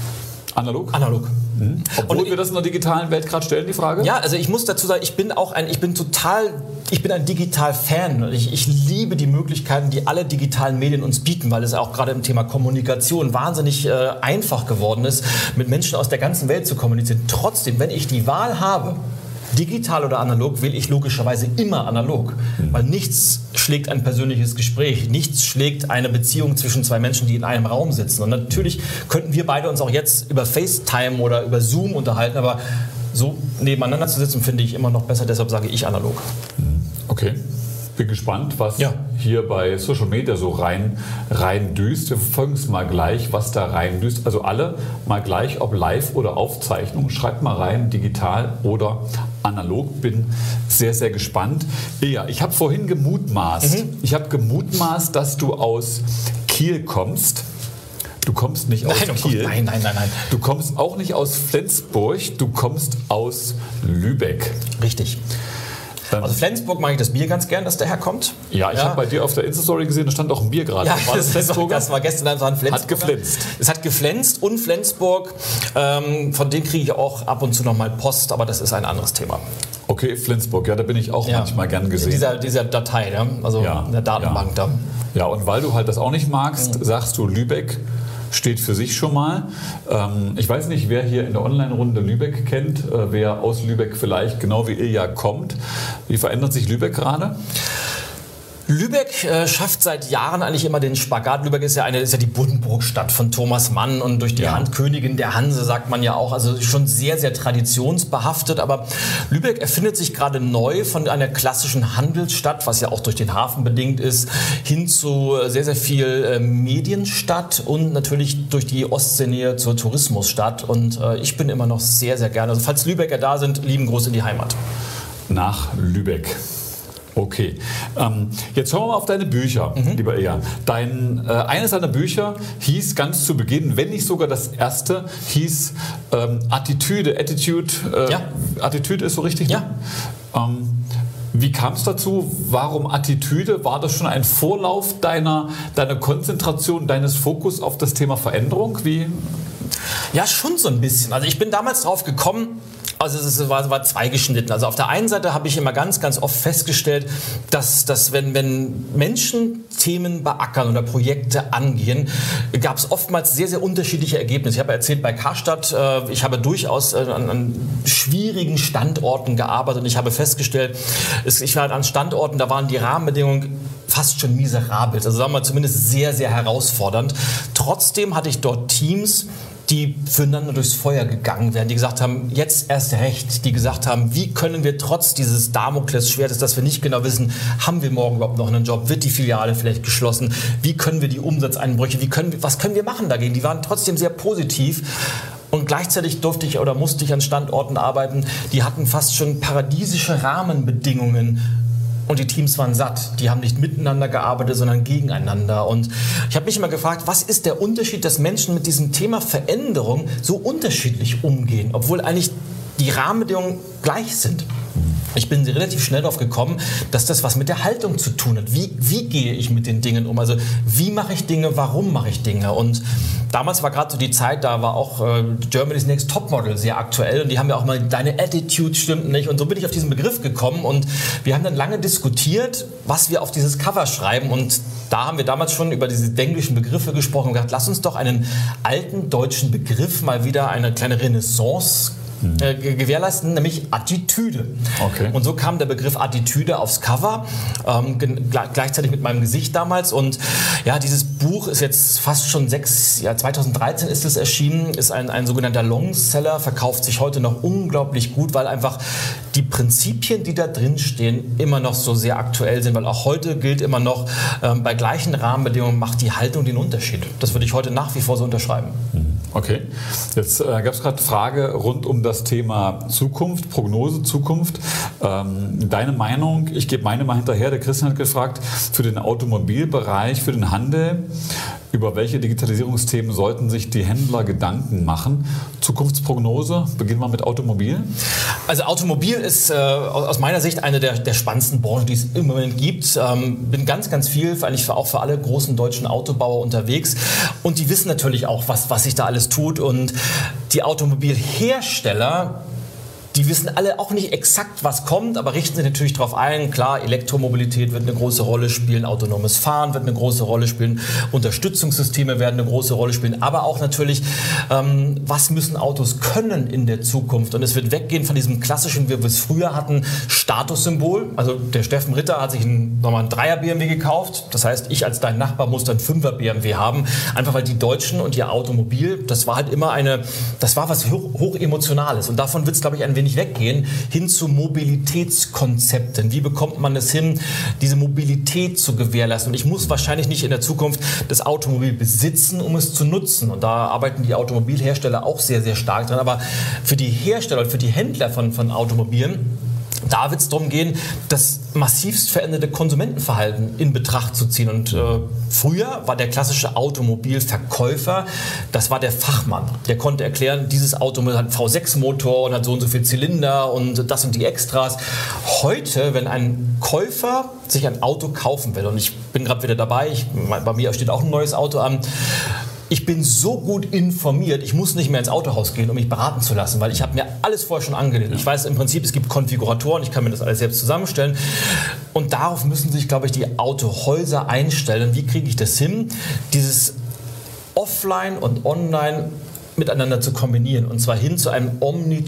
Analog? Analog. Mhm. Obwohl und wir das in der digitalen Welt gerade stellen, die Frage? Ja, also ich muss dazu sagen, ich bin auch ein, ich bin total, ich bin ein Digital-Fan. Ich, ich liebe die Möglichkeiten, die alle digitalen Medien uns bieten, weil es auch gerade im Thema Kommunikation wahnsinnig äh, einfach geworden ist, mit Menschen aus der ganzen Welt zu kommunizieren. Trotzdem, wenn ich die Wahl habe, digital oder analog, wähle ich logischerweise immer analog. Mhm. Weil nichts schlägt ein persönliches Gespräch, nichts schlägt eine Beziehung zwischen zwei Menschen, die in einem Raum sitzen. Und natürlich könnten wir beide uns auch jetzt über FaceTime oder über Zoom unterhalten, aber so nebeneinander zu sitzen, finde ich immer noch besser, deshalb sage ich analog. Okay. Bin gespannt, was ja. hier bei Social Media so rein, rein düst. Wir verfolgen es mal gleich, was da rein düst. Also alle mal gleich, ob live oder Aufzeichnung. Schreibt mal rein, digital oder analog. Bin sehr, sehr gespannt. Ja, ich habe vorhin gemutmaßt. Mhm. Ich habe gemutmaßt, dass du aus Kiel kommst. Du kommst nicht aus nein, Kiel. Nein, nein, nein, nein. Du kommst auch nicht aus Flensburg. Du kommst aus Lübeck. Richtig. Also Flensburg mag ich das Bier ganz gern, das daherkommt. Ja, ich ja. habe bei dir auf der Insta-Story gesehen, da stand auch ein Bier gerade. Ja, war das, das, war, das war gestern einfach ein Flensburg. Hat geflenzt. Es hat geflenzt und Flensburg. Ähm, von denen kriege ich auch ab und zu noch mal Post, aber das ist ein anderes Thema. Okay, Flensburg, ja, da bin ich auch ja. manchmal gern gesehen. Dieser, dieser Datei, ne? Also ja. in der Datenbank ja. da. Ja, und weil du halt das auch nicht magst, mhm. sagst du Lübeck. Steht für sich schon mal. Ähm, ich weiß nicht, wer hier in der Online-Runde Lübeck kennt, äh, wer aus Lübeck vielleicht genau wie Ilja kommt. Wie verändert sich Lübeck gerade? Lübeck äh, schafft seit Jahren eigentlich immer den Spagat. Lübeck ist ja, eine, ist ja die Buddenbrooks-Stadt von Thomas Mann und durch die ja. Hand Königin der Hanse, sagt man ja auch. Also schon sehr, sehr traditionsbehaftet. Aber Lübeck erfindet sich gerade neu von einer klassischen Handelsstadt, was ja auch durch den Hafen bedingt ist, hin zu sehr, sehr viel äh, Medienstadt und natürlich durch die Ostseenähe zur Tourismusstadt. Und äh, ich bin immer noch sehr, sehr gerne. Also falls Lübecker da sind, lieben Gruß in die Heimat. Nach Lübeck. Okay, ähm, jetzt schauen wir mal auf deine Bücher, mhm. lieber Ilja. Dein, äh, eines deiner Bücher hieß ganz zu Beginn, wenn nicht sogar das erste, hieß ähm, Attitüde. Attitude, äh, ja. Attitüde ist so richtig? Ja. Ne? Ähm, wie kam es dazu? Warum Attitüde? War das schon ein Vorlauf deiner, deiner Konzentration, deines Fokus auf das Thema Veränderung? Wie? Ja, schon so ein bisschen. Also ich bin damals drauf gekommen, also es war, war zweigeschnitten. Also auf der einen Seite habe ich immer ganz, ganz oft festgestellt, dass, dass wenn, wenn Menschen Themen beackern oder Projekte angehen, gab es oftmals sehr, sehr unterschiedliche Ergebnisse. Ich habe erzählt, bei Karstadt, äh, ich habe durchaus äh, an, an schwierigen Standorten gearbeitet und ich habe festgestellt, es, ich war halt an Standorten, da waren die Rahmenbedingungen fast schon miserabel. Also sagen wir mal zumindest sehr, sehr herausfordernd. Trotzdem hatte ich dort Teams, die füreinander durchs Feuer gegangen wären, die gesagt haben, jetzt erst recht, die gesagt haben, wie können wir trotz dieses Damoklesschwertes, dass wir nicht genau wissen, haben wir morgen überhaupt noch einen Job, wird die Filiale vielleicht geschlossen, wie können wir die Umsatzeinbrüche, wie können wir, was können wir machen dagegen? Die waren trotzdem sehr positiv. Und gleichzeitig durfte ich oder musste ich an Standorten arbeiten, die hatten fast schon paradiesische Rahmenbedingungen. Und die Teams waren satt. Die haben nicht miteinander gearbeitet, sondern gegeneinander. Und ich habe mich immer gefragt, was ist der Unterschied, dass Menschen mit diesem Thema Veränderung so unterschiedlich umgehen, obwohl eigentlich die Rahmenbedingungen gleich sind. Ich bin relativ schnell darauf gekommen, dass das was mit der Haltung zu tun hat. Wie, wie gehe ich mit den Dingen um? Also wie mache ich Dinge, warum mache ich Dinge? Und damals war gerade so die Zeit, da war auch äh, Germany's Next Topmodel sehr aktuell und die haben ja auch mal, deine Attitude stimmt nicht. Und so bin ich auf diesen Begriff gekommen und wir haben dann lange diskutiert, was wir auf dieses Cover schreiben. Und da haben wir damals schon über diese englischen Begriffe gesprochen und gesagt, lass uns doch einen alten deutschen Begriff mal wieder eine kleine Renaissance Äh, gewährleisten, nämlich Attitüde. Okay. Und so kam der Begriff Attitüde aufs Cover, ähm, gleichzeitig mit meinem Gesicht damals. Und ja, dieses Buch ist jetzt fast schon sechs, ja, zweitausenddreizehn ist es erschienen, ist ein, ein sogenannter Longseller, verkauft sich heute noch unglaublich gut, weil einfach die Prinzipien, die da drin stehen, immer noch so sehr aktuell sind, weil auch heute gilt immer noch, ähm, bei gleichen Rahmenbedingungen macht die Haltung den Unterschied. Das würde ich heute nach wie vor so unterschreiben. Okay, jetzt äh, gab es gerade Frage rund um das Thema Zukunft, Prognose Zukunft. Ähm, deine Meinung, ich gebe meine mal hinterher, der Christian hat gefragt, für den Automobilbereich, für den Handel, über welche Digitalisierungsthemen sollten sich die Händler Gedanken machen? Zukunftsprognose, beginnen wir mit Automobil. Also Automobil ist äh, aus meiner Sicht eine der, der spannendsten Branchen, die es im Moment gibt. Ähm, bin ganz, ganz viel, eigentlich für, auch für alle großen deutschen Autobauer unterwegs. Und die wissen natürlich auch, was, was sich da alles tut. Und die Automobilhersteller, die wissen alle auch nicht exakt, was kommt, aber richten sich natürlich darauf ein. Klar, Elektromobilität wird eine große Rolle spielen, autonomes Fahren wird eine große Rolle spielen, Unterstützungssysteme werden eine große Rolle spielen, aber auch natürlich, ähm, was müssen Autos können in der Zukunft? Und es wird weggehen von diesem klassischen, wie wir es früher hatten, Statussymbol. Also der Steffen Ritter hat sich einen, nochmal einen Dreier-B M W gekauft. Das heißt, ich als dein Nachbar muss dann Fünfer-B M W haben. Einfach weil die Deutschen und ihr Automobil, das war halt immer eine, das war was hoch, hoch Emotionales. Und davon wird es, glaube ich, ein wenig weggehen, hin zu Mobilitätskonzepten. Wie bekommt man es hin, diese Mobilität zu gewährleisten? Und ich muss wahrscheinlich nicht in der Zukunft das Automobil besitzen, um es zu nutzen. Und da arbeiten die Automobilhersteller auch sehr, sehr stark dran. Aber für die Hersteller und für die Händler von, von Automobilen, da wird es darum gehen, das massivst veränderte Konsumentenverhalten in Betracht zu ziehen. Und äh, früher war der klassische Automobilverkäufer, das war der Fachmann. Der konnte erklären, dieses Auto hat einen V sechs Motor und hat so und so viel Zylinder und das sind die Extras. Heute, wenn ein Käufer sich ein Auto kaufen will, und ich bin gerade wieder dabei, ich, bei mir steht auch ein neues Auto an, ich bin so gut informiert, ich muss nicht mehr ins Autohaus gehen, um mich beraten zu lassen, weil ich habe mir alles vorher schon angelegt. Ich weiß im Prinzip, es gibt Konfiguratoren, ich kann mir das alles selbst zusammenstellen. Und darauf müssen sich, glaube ich, die Autohäuser einstellen. Wie kriege ich das hin, dieses Offline und Online miteinander zu kombinieren, und zwar hin zu einem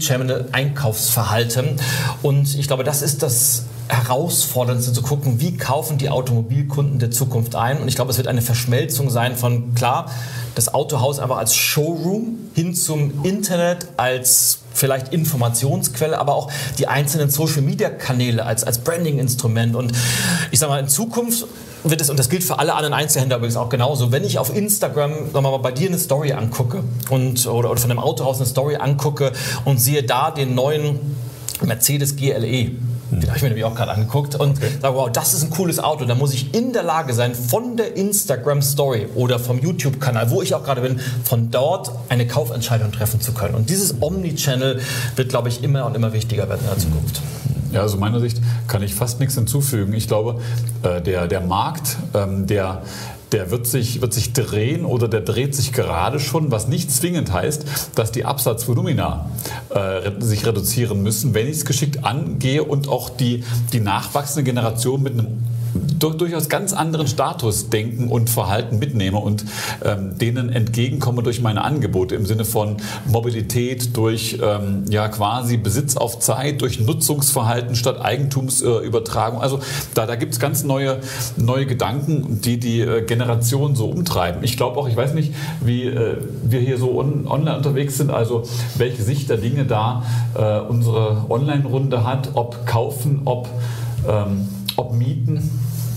Omnichannel-Einkaufsverhalten. Und ich glaube, das ist das Herausforderndste, zu gucken, wie kaufen die Automobilkunden der Zukunft ein. Und ich glaube, es wird eine Verschmelzung sein von, klar, das Autohaus einfach als Showroom hin zum Internet als vielleicht Informationsquelle, aber auch die einzelnen Social-Media-Kanäle als, als Branding-Instrument. Und ich sage mal, in Zukunft wird es, und das gilt für alle anderen Einzelhändler übrigens auch genauso, wenn ich auf Instagram, sagen wir mal, bei dir eine Story angucke und, oder, oder von einem Autohaus eine Story angucke und sehe da den neuen Mercedes G L E, den habe ich mir nämlich auch gerade angeguckt, und okay. sage, wow, das ist ein cooles Auto. Da muss ich in der Lage sein, von der Instagram-Story oder vom YouTube-Kanal, wo ich auch gerade bin, von dort eine Kaufentscheidung treffen zu können. Und dieses Omnichannel wird, glaube ich, immer und immer wichtiger werden in der Zukunft. Ja, also aus meiner Sicht kann ich fast nichts hinzufügen. Ich glaube, äh, der, der Markt, ähm, der der wird sich, wird sich drehen oder der dreht sich gerade schon, was nicht zwingend heißt, dass die Absatzvolumina äh, sich reduzieren müssen, wenn ich es geschickt angehe und auch die, die nachwachsende Generation mit einem durchaus ganz anderen Status denken und Verhalten mitnehme und ähm, denen entgegenkomme durch meine Angebote im Sinne von Mobilität, durch ähm, ja quasi Besitz auf Zeit, durch Nutzungsverhalten statt Eigentumsübertragung. Äh, also da, da gibt es ganz neue, neue Gedanken, die die äh, Generation so umtreiben. Ich glaube auch, ich weiß nicht, wie äh, wir hier so on, online unterwegs sind, also welche Sicht der Dinge da äh, unsere Online-Runde hat, ob kaufen, ob ähm, ob Mieten,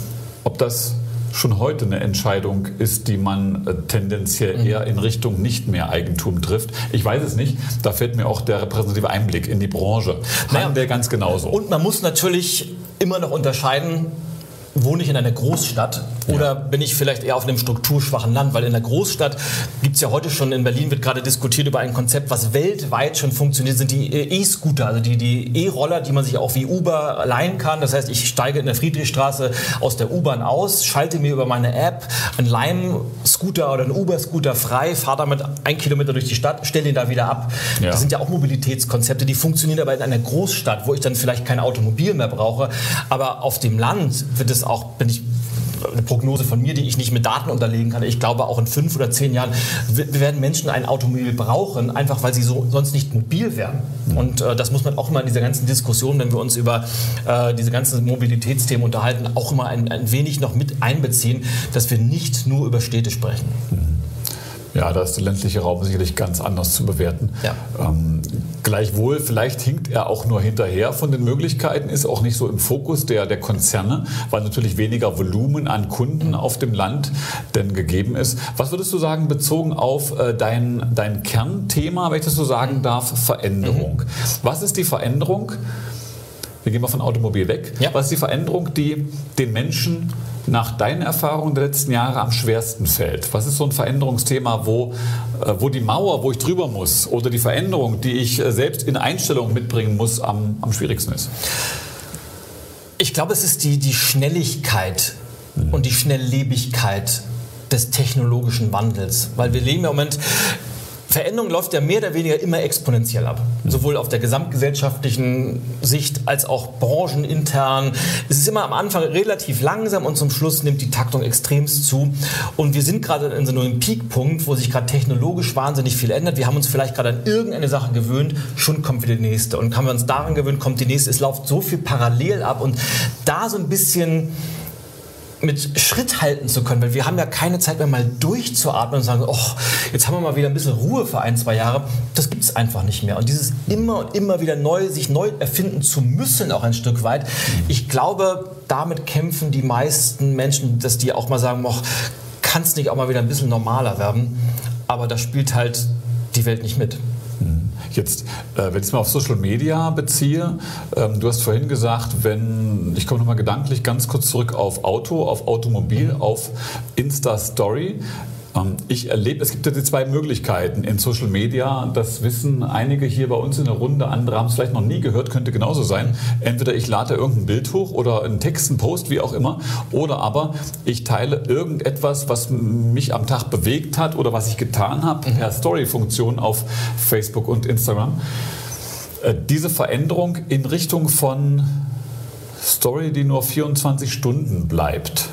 ob das schon heute eine Entscheidung ist, die man äh, tendenziell mhm. eher in Richtung nicht mehr Eigentum trifft. Ich weiß es nicht. Da fehlt mir auch der repräsentative Einblick in die Branche. Naja, der ganz genauso. Und man muss natürlich immer noch unterscheiden, wohne ich in einer Großstadt oder ja. bin ich vielleicht eher auf einem strukturschwachen Land? Weil in der Großstadt gibt es ja heute schon, in Berlin wird gerade diskutiert über ein Konzept, was weltweit schon funktioniert, sind die E-Scooter, also die, die E-Roller, die man sich auch wie Uber leihen kann. Das heißt, ich steige in der Friedrichstraße aus der U-Bahn aus, schalte mir über meine App einen Lime-Scooter oder einen Uber-Scooter frei, fahre damit einen Kilometer durch die Stadt, stelle ihn da wieder ab. Ja. Das sind ja auch Mobilitätskonzepte, die funktionieren aber in einer Großstadt, wo ich dann vielleicht kein Automobil mehr brauche. Aber auf dem Land wird es auch, bin ich eine Prognose von mir, die ich nicht mit Daten unterlegen kann. Ich glaube, auch in fünf oder zehn Jahren werden Menschen ein Automobil brauchen, einfach weil sie so sonst nicht mobil werden. Und äh, das muss man auch immer in dieser ganzen Diskussion, wenn wir uns über äh, diese ganzen Mobilitätsthemen unterhalten, auch immer ein, ein wenig noch mit einbeziehen, dass wir nicht nur über Städte sprechen. Ja, da ist der ländliche Raum sicherlich ganz anders zu bewerten. Ja. Ähm, gleichwohl, vielleicht hinkt er auch nur hinterher von den Möglichkeiten, ist auch nicht so im Fokus der, der Konzerne, weil natürlich weniger Volumen an Kunden mhm. auf dem Land denn gegeben ist. Was würdest du sagen, bezogen auf äh, dein, dein Kernthema, wenn ich das so sagen darf, Veränderung? Mhm. Was ist die Veränderung? Wir gehen mal von Automobil weg. Ja. Was ist die Veränderung, die den Menschen nach deinen Erfahrungen der letzten Jahre am schwersten fällt? Was ist so ein Veränderungsthema, wo, wo die Mauer, wo ich drüber muss, oder die Veränderung, die ich selbst in Einstellung mitbringen muss, am, am schwierigsten ist? Ich glaube, es ist die, die Schnelligkeit mhm. und die Schnelllebigkeit des technologischen Wandels. Weil wir leben im Moment... Veränderung läuft ja mehr oder weniger immer exponentiell ab. Sowohl auf der gesamtgesellschaftlichen Sicht als auch branchenintern. Es ist immer am Anfang relativ langsam und zum Schluss nimmt die Taktung extremst zu. Und wir sind gerade in so einem Peakpunkt, wo sich gerade technologisch wahnsinnig viel ändert. Wir haben uns vielleicht gerade an irgendeine Sache gewöhnt, schon kommt wieder die nächste. Und haben wir uns daran gewöhnt, kommt die nächste. Es läuft so viel parallel ab. Und da so ein bisschen mit Schritt halten zu können, weil wir haben ja keine Zeit mehr mal durchzuatmen und sagen, oh, jetzt haben wir mal wieder ein bisschen Ruhe für ein, zwei Jahre. Das gibt es einfach nicht mehr. Und dieses immer und immer wieder neu, sich neu erfinden zu müssen, auch ein Stück weit, ich glaube, damit kämpfen die meisten Menschen, dass die auch mal sagen, oh, kann es nicht auch mal wieder ein bisschen normaler werden? Aber da spielt halt die Welt nicht mit. Jetzt, äh, wenn ich es mal auf Social Media beziehe, ähm, du hast vorhin gesagt, wenn, ich komme nochmal gedanklich ganz kurz zurück auf Auto, auf Automobil, mhm. auf Insta-Story. Ähm, ich erlebe, es gibt ja die zwei Möglichkeiten in Social Media, das wissen einige hier bei uns in der Runde, andere haben es vielleicht noch nie gehört, könnte genauso sein. Entweder ich lade irgendein Bild hoch oder einen Text, einen Post, wie auch immer, oder aber ich teile irgendetwas, was mich am Tag bewegt hat oder was ich getan habe, mhm. per Story-Funktion auf Facebook und Instagram. Äh, diese Veränderung in Richtung von Story, die nur vierundzwanzig Stunden bleibt,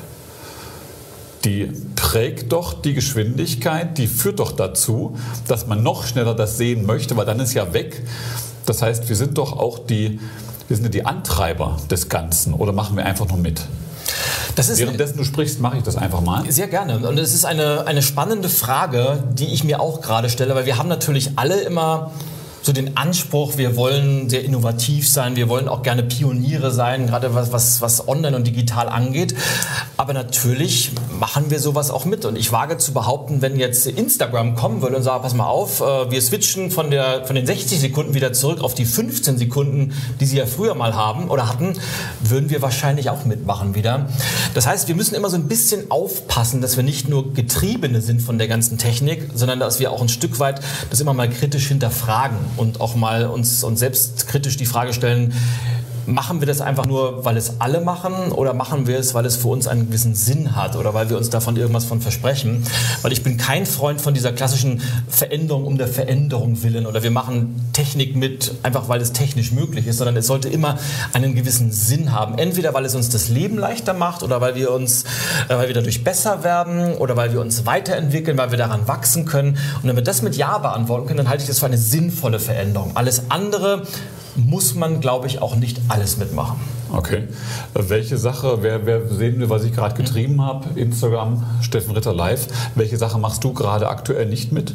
die prägt doch die Geschwindigkeit, die führt doch dazu, dass man noch schneller das sehen möchte, weil dann ist ja weg. Das heißt, wir sind doch auch die, wir sind ja die Antreiber des Ganzen, oder machen wir einfach nur mit? Das ist Währenddessen du sprichst, mache ich das einfach mal. Sehr gerne. Und es ist eine, eine spannende Frage, die ich mir auch gerade stelle, weil wir haben natürlich alle immer so den Anspruch, wir wollen sehr innovativ sein, wir wollen auch gerne Pioniere sein, gerade was, was, was online und digital angeht. Aber natürlich machen wir sowas auch mit. Und ich wage zu behaupten, wenn jetzt Instagram kommen würde und sagt, pass mal auf, wir switchen von, der, von den sechzig Sekunden wieder zurück auf die fünfzehn Sekunden, die sie ja früher mal haben oder hatten, würden wir wahrscheinlich auch mitmachen wieder. Das heißt, wir müssen immer so ein bisschen aufpassen, dass wir nicht nur Getriebene sind von der ganzen Technik, sondern dass wir auch ein Stück weit das immer mal kritisch hinterfragen. Und auch mal uns, uns selbst kritisch die Frage stellen, machen wir das einfach nur, weil es alle machen, oder machen wir es, weil es für uns einen gewissen Sinn hat oder weil wir uns davon irgendwas von versprechen? Weil ich bin kein Freund von dieser klassischen Veränderung um der Veränderung willen oder wir machen Technik mit, einfach weil es technisch möglich ist, sondern es sollte immer einen gewissen Sinn haben. Entweder weil es uns das Leben leichter macht oder weil wir uns, äh, weil wir dadurch besser werden oder weil wir uns weiterentwickeln, weil wir daran wachsen können. Und wenn wir das mit Ja beantworten können, dann halte ich das für eine sinnvolle Veränderung. Alles andere muss man, glaube ich, auch nicht alles mitmachen. Okay. Welche Sache, wer, wer sehen wir, was ich gerade getrieben mhm. habe, Instagram, Steffen Ritter live, welche Sache machst du gerade aktuell nicht mit?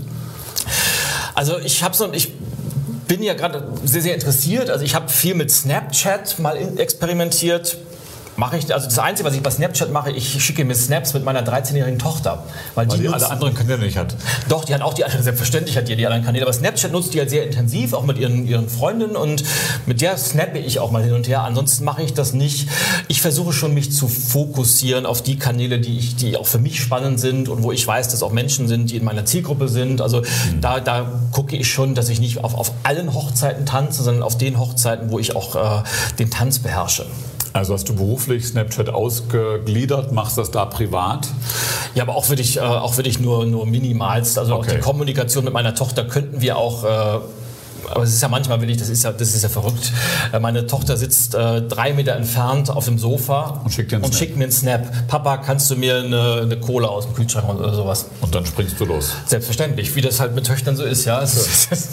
Also ich habe so, ich bin ja gerade sehr, sehr interessiert, also ich habe viel mit Snapchat mal experimentiert. Mache ich, also das Einzige, was ich bei Snapchat mache, ich schicke mir Snaps mit meiner dreizehnjährigen Tochter. Weil, weil die, die nutzt, alle anderen Kanäle nicht hat. Doch, die hat auch die anderen, selbstverständlich hat die die anderen Kanäle, aber Snapchat nutzt die halt sehr intensiv, auch mit ihren, ihren Freundinnen und mit der snappe ich auch mal hin und her. Ansonsten mache ich das nicht. Ich versuche schon, mich zu fokussieren auf die Kanäle, die, ich, die auch für mich spannend sind und wo ich weiß, dass auch Menschen sind, die in meiner Zielgruppe sind. Also mhm. da, da gucke ich schon, dass ich nicht auf, auf allen Hochzeiten tanze, sondern auf den Hochzeiten, wo ich auch äh, den Tanz beherrsche. Also hast du beruflich Snapchat ausgegliedert, machst das da privat? Ja, aber auch wirklich, äh, auch wirklich nur, nur minimalst. Also okay. Auch die Kommunikation mit meiner Tochter könnten wir auch... Äh, aber es ist ja manchmal will ich, das ist ja, das ist ja verrückt. Meine Tochter sitzt äh, drei Meter entfernt auf dem Sofa und schickt, dir einen und Snap. schickt mir einen Snap. Papa, kannst du mir eine, eine Cola aus dem Kühlschrank oder sowas? Und dann springst du los. Selbstverständlich, wie das halt mit Töchtern so ist, ja. Also,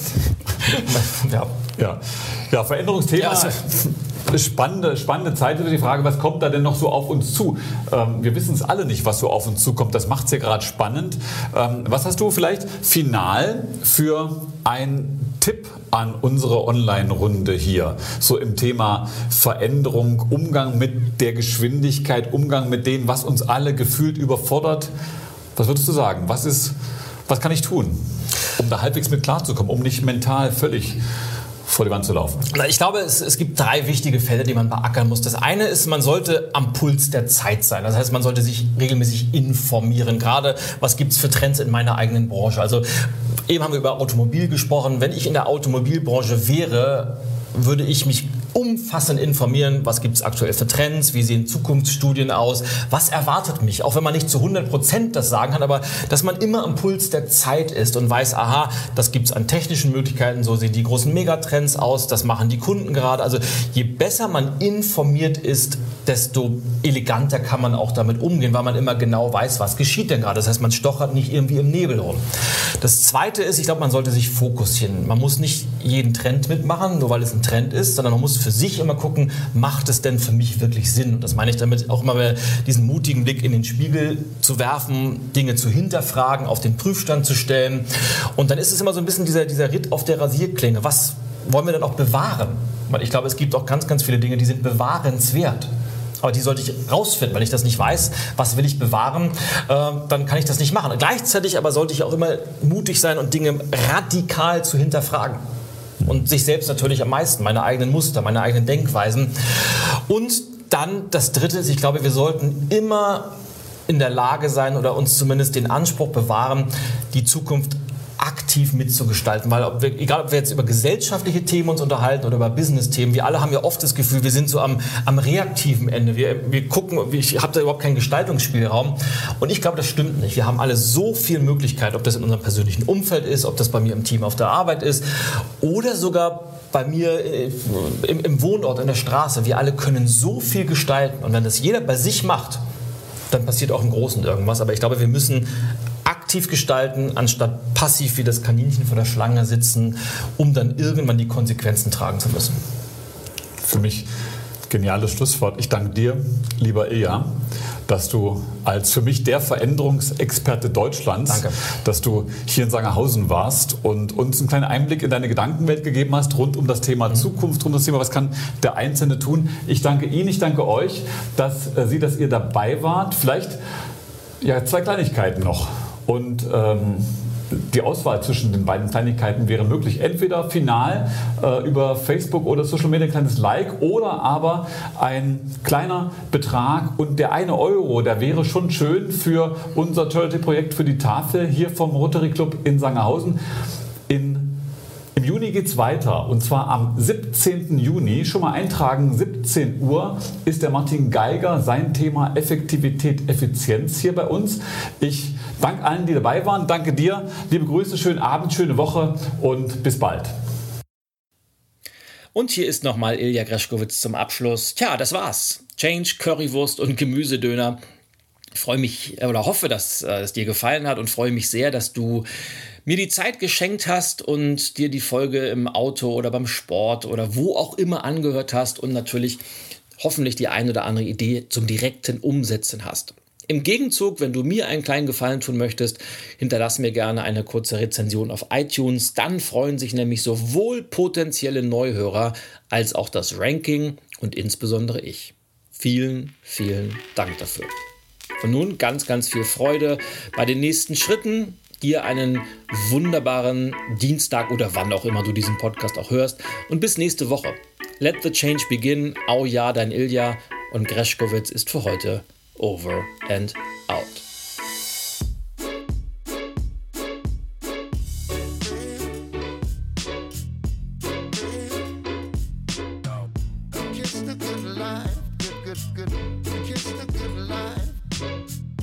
ja. ja. Ja, Veränderungsthema. Ja, also, Spannende, spannende Zeit über die Frage, was kommt da denn noch so auf uns zu? Ähm, wir wissen es alle nicht, was so auf uns zukommt. Das macht es ja gerade spannend. Ähm, was hast du vielleicht final für einen Tipp an unsere Online-Runde hier? So im Thema Veränderung, Umgang mit der Geschwindigkeit, Umgang mit dem, was uns alle gefühlt überfordert. Was würdest du sagen? Was ist, was kann ich tun, um da halbwegs mit klarzukommen, um nicht mental völlig vor die Wand zu laufen? Ich glaube, es, es gibt drei wichtige Felder, die man beackern muss. Das eine ist, man sollte am Puls der Zeit sein. Das heißt, man sollte sich regelmäßig informieren. Gerade, was gibt es für Trends in meiner eigenen Branche? Also eben haben wir über Automobil gesprochen. Wenn ich in der Automobilbranche wäre, würde ich mich umfassend informieren, was gibt es aktuell für Trends, wie sehen Zukunftsstudien aus, was erwartet mich, auch wenn man nicht zu hundert Prozent das sagen kann, aber dass man immer am Puls der Zeit ist und weiß, aha, das gibt es an technischen Möglichkeiten, so sehen die großen Megatrends aus, das machen die Kunden gerade. Also je besser man informiert ist, desto eleganter kann man auch damit umgehen, weil man immer genau weiß, was geschieht denn gerade. Das heißt, man stochert nicht irgendwie im Nebel rum. Das Zweite ist, ich glaube, man sollte sich fokussieren. Man muss nicht jeden Trend mitmachen, nur weil es ein Trend ist, sondern man muss für sich immer gucken, macht es denn für mich wirklich Sinn? Und das meine ich damit auch immer, diesen mutigen Blick in den Spiegel zu werfen, Dinge zu hinterfragen, auf den Prüfstand zu stellen. Und dann ist es immer so ein bisschen dieser, dieser Ritt auf der Rasierklinge. Was wollen wir denn auch bewahren? Weil ich glaube, es gibt auch ganz, ganz viele Dinge, die sind bewahrenswert. Aber die sollte ich rausfinden. Wenn ich das nicht weiß, was will ich bewahren, äh, dann kann ich das nicht machen. Gleichzeitig aber sollte ich auch immer mutig sein und Dinge radikal zu hinterfragen. Und sich selbst natürlich am meisten, meine eigenen Muster, meine eigenen Denkweisen. Und dann das Dritte ist, ich glaube, wir sollten immer in der Lage sein oder uns zumindest den Anspruch bewahren, die Zukunft aktiv mitzugestalten, weil ob wir, egal ob wir jetzt über gesellschaftliche Themen uns unterhalten oder über Business-Themen, wir alle haben ja oft das Gefühl, wir sind so am, am reaktiven Ende. Wir, wir gucken, ich habe da überhaupt keinen Gestaltungsspielraum und ich glaube, das stimmt nicht. Wir haben alle so viel Möglichkeit, ob das in unserem persönlichen Umfeld ist, ob das bei mir im Team auf der Arbeit ist oder sogar bei mir im, im Wohnort, in der Straße. Wir alle können so viel gestalten und wenn das jeder bei sich macht, dann passiert auch im Großen irgendwas. Aber ich glaube, wir müssen aktiv gestalten, anstatt passiv wie das Kaninchen vor der Schlange sitzen, um dann irgendwann die Konsequenzen tragen zu müssen. Für mich geniales Schlusswort. Ich danke dir, lieber Ilja, dass du als für mich der Veränderungsexperte Deutschlands, Danke. dass du hier in Sangerhausen warst und uns einen kleinen Einblick in deine Gedankenwelt gegeben hast, rund um das Thema mhm. Zukunft, rund um das Thema, was kann der Einzelne tun. Ich danke Ihnen, ich danke euch, dass äh, Sie, dass ihr dabei wart. Vielleicht ja, zwei Kleinigkeiten noch. Und ähm, die Auswahl zwischen den beiden Kleinigkeiten wäre möglich. Entweder final äh, über Facebook oder Social Media ein kleines Like oder aber ein kleiner Betrag und der eine Euro, der wäre schon schön für unser Charity-Projekt für die Tafel hier vom Rotary Club in Sangerhausen. In Im Juni geht es weiter und zwar am siebzehnten Juni, schon mal eintragen, siebzehn Uhr ist der Martin Geiger, sein Thema Effektivität, Effizienz hier bei uns. Ich danke allen, die dabei waren, danke dir, liebe Grüße, schönen Abend, schöne Woche und bis bald. Und hier ist nochmal Ilja Greschkowitz zum Abschluss. Tja, das war's. Change, Currywurst und Gemüsedöner. Ich freue mich oder hoffe, dass es dir gefallen hat und freue mich sehr, dass du mir die Zeit geschenkt hast und dir die Folge im Auto oder beim Sport oder wo auch immer angehört hast und natürlich hoffentlich die ein oder andere Idee zum direkten Umsetzen hast. Im Gegenzug, wenn du mir einen kleinen Gefallen tun möchtest, hinterlass mir gerne eine kurze Rezension auf iTunes. Dann freuen sich nämlich sowohl potenzielle Neuhörer als auch das Ranking und insbesondere ich. Vielen, vielen Dank dafür. Und nun ganz, ganz viel Freude bei den nächsten Schritten. Dir einen wunderbaren Dienstag oder wann auch immer du diesen Podcast auch hörst. Und bis nächste Woche. Let the change begin. Au ja, dein Ilja. Und Greschkowitz ist für heute over and out. Kiss the good life, good, good, good. Kiss the good life.